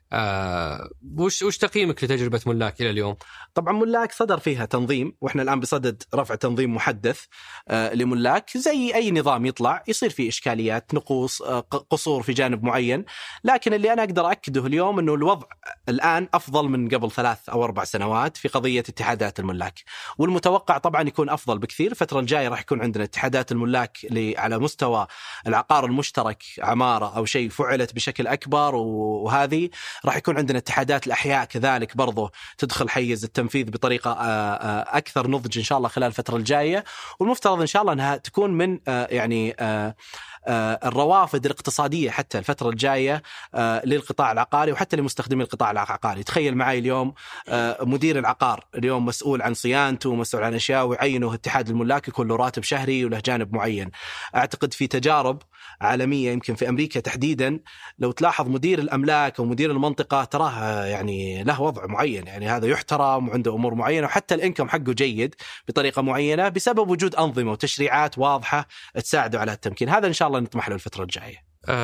وش تقييمك لتجربة ملاك إلى اليوم؟ طبعا ملاك صدر فيها تنظيم، وإحنا الآن بصدد رفع تنظيم محدث لملاك. زي أي نظام يطلع يصير فيه إشكاليات، نقوص، قصور في جانب معين، لكن اللي أنا أقدر أكده اليوم أنه الوضع الآن أفضل من قبل 3 أو 4 سنوات في قضية اتحادات الملاك، والمتوقع طبعا يكون أفضل بكثير. الفترة الجاية راح يكون عندنا اتحادات الملاك على مستوى العقار المشترك، عمارة أو شيء فعلت بشكل أكبر، وهذه راح يكون عندنا اتحادات الأحياء كذلك برضو تدخل حيز التنفيذ بطريقة أكثر نضج إن شاء الله خلال الفترة الجاية. والمفترض إن شاء الله أنها تكون من يعني الروافد الاقتصادية حتى الفترة الجاية للقطاع العقاري وحتى لمستخدمي القطاع العقاري. تخيل معي اليوم مدير العقار اليوم مسؤول عن صيانته ومسؤول عن أشياء، ويعينه اتحاد الملاك يكون له راتب شهري وله جانب معين. أعتقد في تجارب عالمية يمكن في أمريكا تحديدا لو تلاحظ مدير الأملاك أو مدير المنطقة تراه يعني له وضع معين، يعني هذا يحترم وعنده أمور معينة، وحتى الإنكم حقه جيد بطريقة معينة بسبب وجود أنظمة وتشريعات واضحة تساعده على التمكين. هذا إن شاء الله نطمح له الفترة الجاية.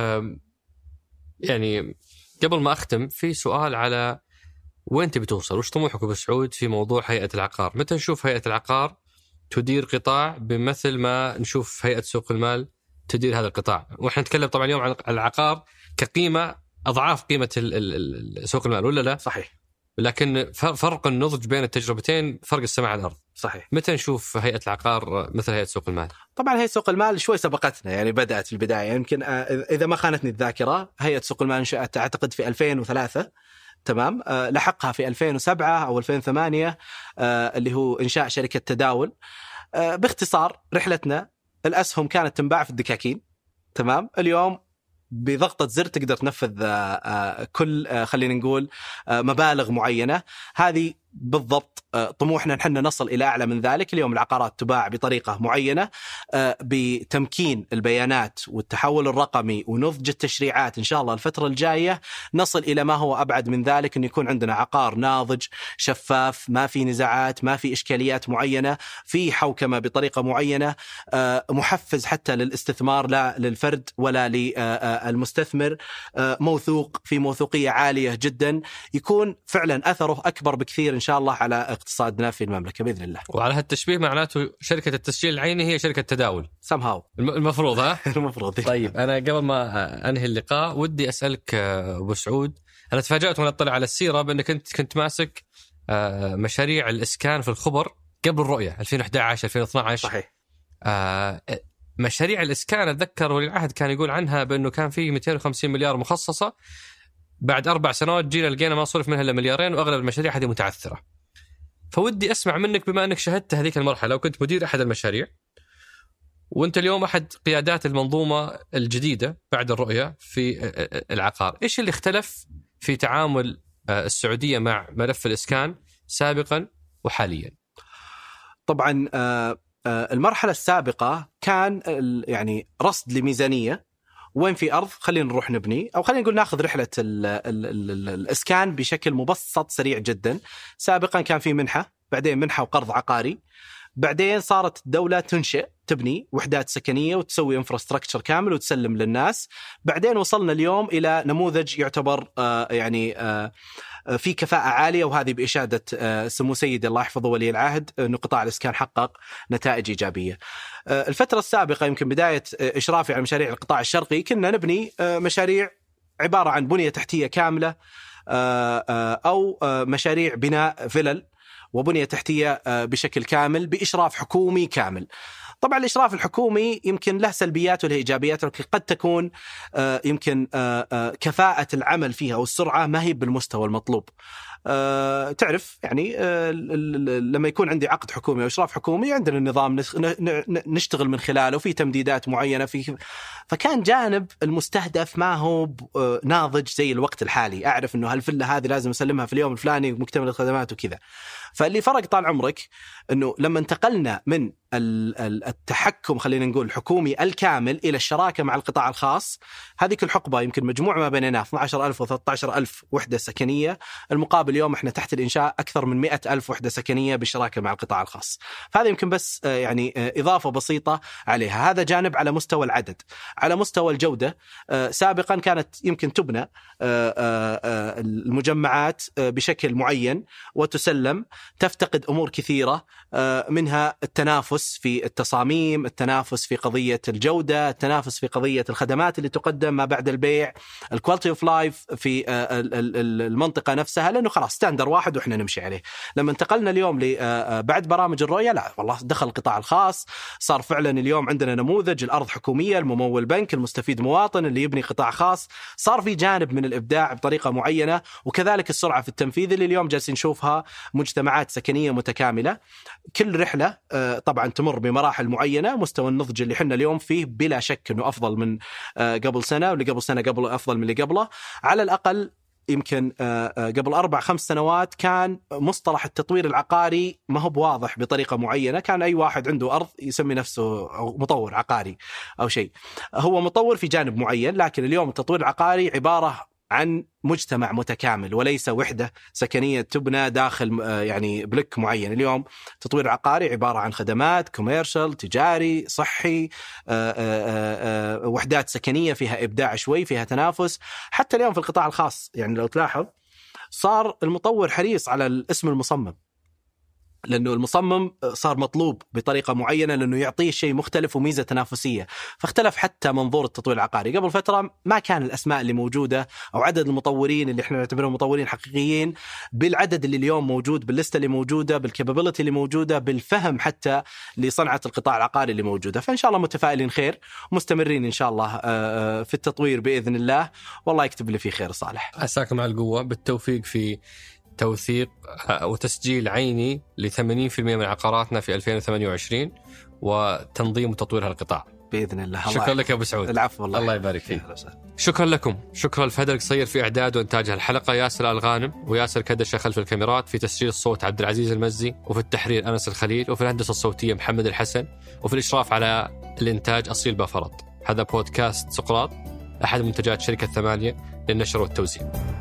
يعني قبل ما أختم في سؤال على وين تبي توصل، وش طموحك أبو سعود في موضوع هيئة العقار؟ متى نشوف هيئة العقار تدير قطاع بمثل ما نشوف هيئة سوق المال تدير هذا القطاع؟ وإحنا نتكلم طبعا اليوم عن العقار كقيمة أضعاف قيمة سوق المال، ولا لا؟ صحيح. لكن فرق النضج بين التجربتين فرق السماء على الأرض. صحيح. متى نشوف هيئة العقار مثل هيئة سوق المال؟ طبعا هيئة سوق المال شوي سبقتنا، يعني بدأت في البداية، يمكن إذا ما خانتني الذاكرة هيئة سوق المال انشأت أعتقد في 2003، تمام. لحقها في 2007 أو 2008 اللي هو إنشاء شركة تداول. باختصار رحلتنا الأسهم كانت تنباع في الدكاكين، تمام. اليوم بضغطة زر تقدر تنفذ كل خلينا نقول مبالغ معينة. هذه بالضبط طموحنا نحن نصل إلى أعلى من ذلك. اليوم العقارات تباع بطريقة معينة بتمكين البيانات والتحول الرقمي ونضج التشريعات. إن شاء الله الفترة الجاية نصل إلى ما هو أبعد من ذلك، أن يكون عندنا عقار ناضج شفاف، ما في نزاعات، ما في إشكاليات معينة، في حوكمة بطريقة معينة، محفز حتى للاستثمار لا للفرد ولا للمستثمر، موثوق في موثوقية عالية جدا، يكون فعلا أثره أكبر بكثير إن شاء الله على اقتصادنا في المملكة بإذن الله. وعلى هالتشبيه معناته شركة التسجيل العيني هي شركة تداول somehow المفروض ها؟ المفروض. طيب أنا قبل ما أنهي اللقاء ودي أسألك أبو سعود، أنا تفاجأت وأنا أطلع على السيرة بأنك كنت ماسك مشاريع الإسكان في الخبر قبل الرؤية 2011-2012. صحيح. مشاريع الإسكان أتذكر ولي العهد كان يقول عنها بأنه كان فيه 250 مليار مخصصة، بعد 4 سنوات جينا لقينا ما صرف منها إلا 2 مليار، وأغلب المشاريع هذه متعثرة. فودي أسمع منك بما أنك شهدت هذيك المرحلة وكنت مدير أحد المشاريع، وأنت اليوم أحد قيادات المنظومة الجديدة بعد الرؤية في العقار. إيش اللي اختلف في تعامل السعودية مع ملف الإسكان سابقا وحاليا؟ طبعا المرحلة السابقة كان يعني رصد لميزانية، وين في أرض خلينا نروح نبني، أو خلينا نقول ناخذ رحلة الإسكان بشكل مبسط سريع جدا. سابقا كان في منحة، بعدين منحة وقرض عقاري، بعدين صارت الدولة تنشئ تبني وحدات سكنية وتسوي انفراستراكشر كامل وتسلم للناس. بعدين وصلنا اليوم إلى نموذج يعتبر يعني في كفاءة عالية، وهذه بإشادة سمو سيدي الله يحفظه ولي العهد أن قطاع الإسكان حقق نتائج إيجابية. الفترة السابقة يمكن بداية إشرافي على مشاريع القطاع الشرقي كنا نبني مشاريع عبارة عن بنية تحتية كاملة أو مشاريع بناء فلل وبنية تحتية بشكل كامل بإشراف حكومي كامل. طبعا الإشراف الحكومي يمكن له سلبيات وله إيجابيات، لكن قد تكون يمكن كفاءة العمل فيها والسرعة ما هي بالمستوى المطلوب. تعرف يعني لما يكون عندي عقد حكومي أو إشراف حكومي عندنا النظام نشتغل من خلاله في تمديدات معينة فكان جانب المستهدف ما هو ناضج زي الوقت الحالي. أعرف أنه هالفلة هذه لازم أسلمها في اليوم الفلاني ومكتمل الخدمات وكذا. فاللي فرق طال عمرك أنه لما انتقلنا من التحكم خلينا نقول الحكومي الكامل إلى الشراكة مع القطاع الخاص، هذيك الحقبة يمكن مجموع ما بيننا 12,000 و 13,000 وحدة سكنية، المقابل اليوم احنا تحت الإنشاء أكثر من 100,000 وحدة سكنية بالشراكة مع القطاع الخاص. فهذا يمكن بس يعني إضافة بسيطة عليها. هذا جانب على مستوى العدد. على مستوى الجودة سابقا كانت يمكن تبنى المجمعات بشكل معين وتسلم، تفتقد أمور كثيرة منها التنافس في التصاميم، التنافس في قضية الجودة، التنافس في قضية الخدمات اللي تقدم ما بعد البيع، الكواليتي اوف لايف في المنطقة نفسها، لأنه خلاص ستاندر واحد وإحنا نمشي عليه. لما انتقلنا اليوم بعد برامج الرؤية، لا والله دخل القطاع الخاص، صار فعلا اليوم عندنا نموذج الأرض حكومية، الممول بنك، المستفيد مواطن، اللي يبني قطاع خاص. صار في جانب من الإبداع بطريقة معينة، وكذلك السرعة في التنفيذ اللي اليوم جالسين نشوفها مجتمعات سكنية متكاملة. كل رحلة طبعا تمر بمراحل معينة. مستوى النضج اللي حنا اليوم فيه بلا شك أنه أفضل من قبل سنة، واللي قبل سنة قبل أفضل من اللي قبله. على الأقل يمكن قبل 4-5 سنوات كان مصطلح التطوير العقاري ما هو بواضح بطريقة معينة. كان أي واحد عنده أرض يسمي نفسه مطور عقاري أو شيء، هو مطور في جانب معين. لكن اليوم التطوير العقاري عبارة عن مجتمع متكامل وليس وحدة سكنية تبنى داخل يعني بلك معين. اليوم تطوير عقاري عبارة عن خدمات كوميرشال، تجاري، صحي، وحدات سكنية فيها إبداع شوي، فيها تنافس. حتى اليوم في القطاع الخاص يعني لو تلاحظ صار المطور حريص على الاسم المصمم، لأنه المصمم صار مطلوب بطريقة معينة لأنه يعطيه شيء مختلف وميزة تنافسية. فاختلف حتى منظور التطوير العقاري. قبل فترة ما كان الأسماء اللي موجودة أو عدد المطورين اللي احنا نعتبرهم مطورين حقيقيين بالعدد اللي اليوم موجود، بالليستة اللي موجودة، بالكابابيلتي اللي موجودة، بالفهم حتى لصنعة القطاع العقاري اللي موجودة. فإن شاء الله متفائلين خير، مستمرين إن شاء الله في التطوير بإذن الله، والله يكتب لي فيه خير صالح. عساكم على القوة، بالتوفيق في توثيق وتسجيل عيني ل 80% من عقاراتنا في 2028 وتنظيم وتطوير هالقطاع بإذن الله. شكرا لك يا أبو سعود. العفو، الله يبارك فيك. شكرا لكم، شكرا لفهد القصير في إعداد وإنتاج الحلقة، ياسر الغانم وياسر كدشة خلف الكاميرات، في تسجيل الصوت عبد العزيز المزي، وفي التحرير أنس الخليل، وفي الهندسة الصوتية محمد الحسن، وفي الإشراف على الإنتاج أصيل بافرط. هذا بودكاست سقراط، أحد منتجات شركة 8 للنشر والتوزيع.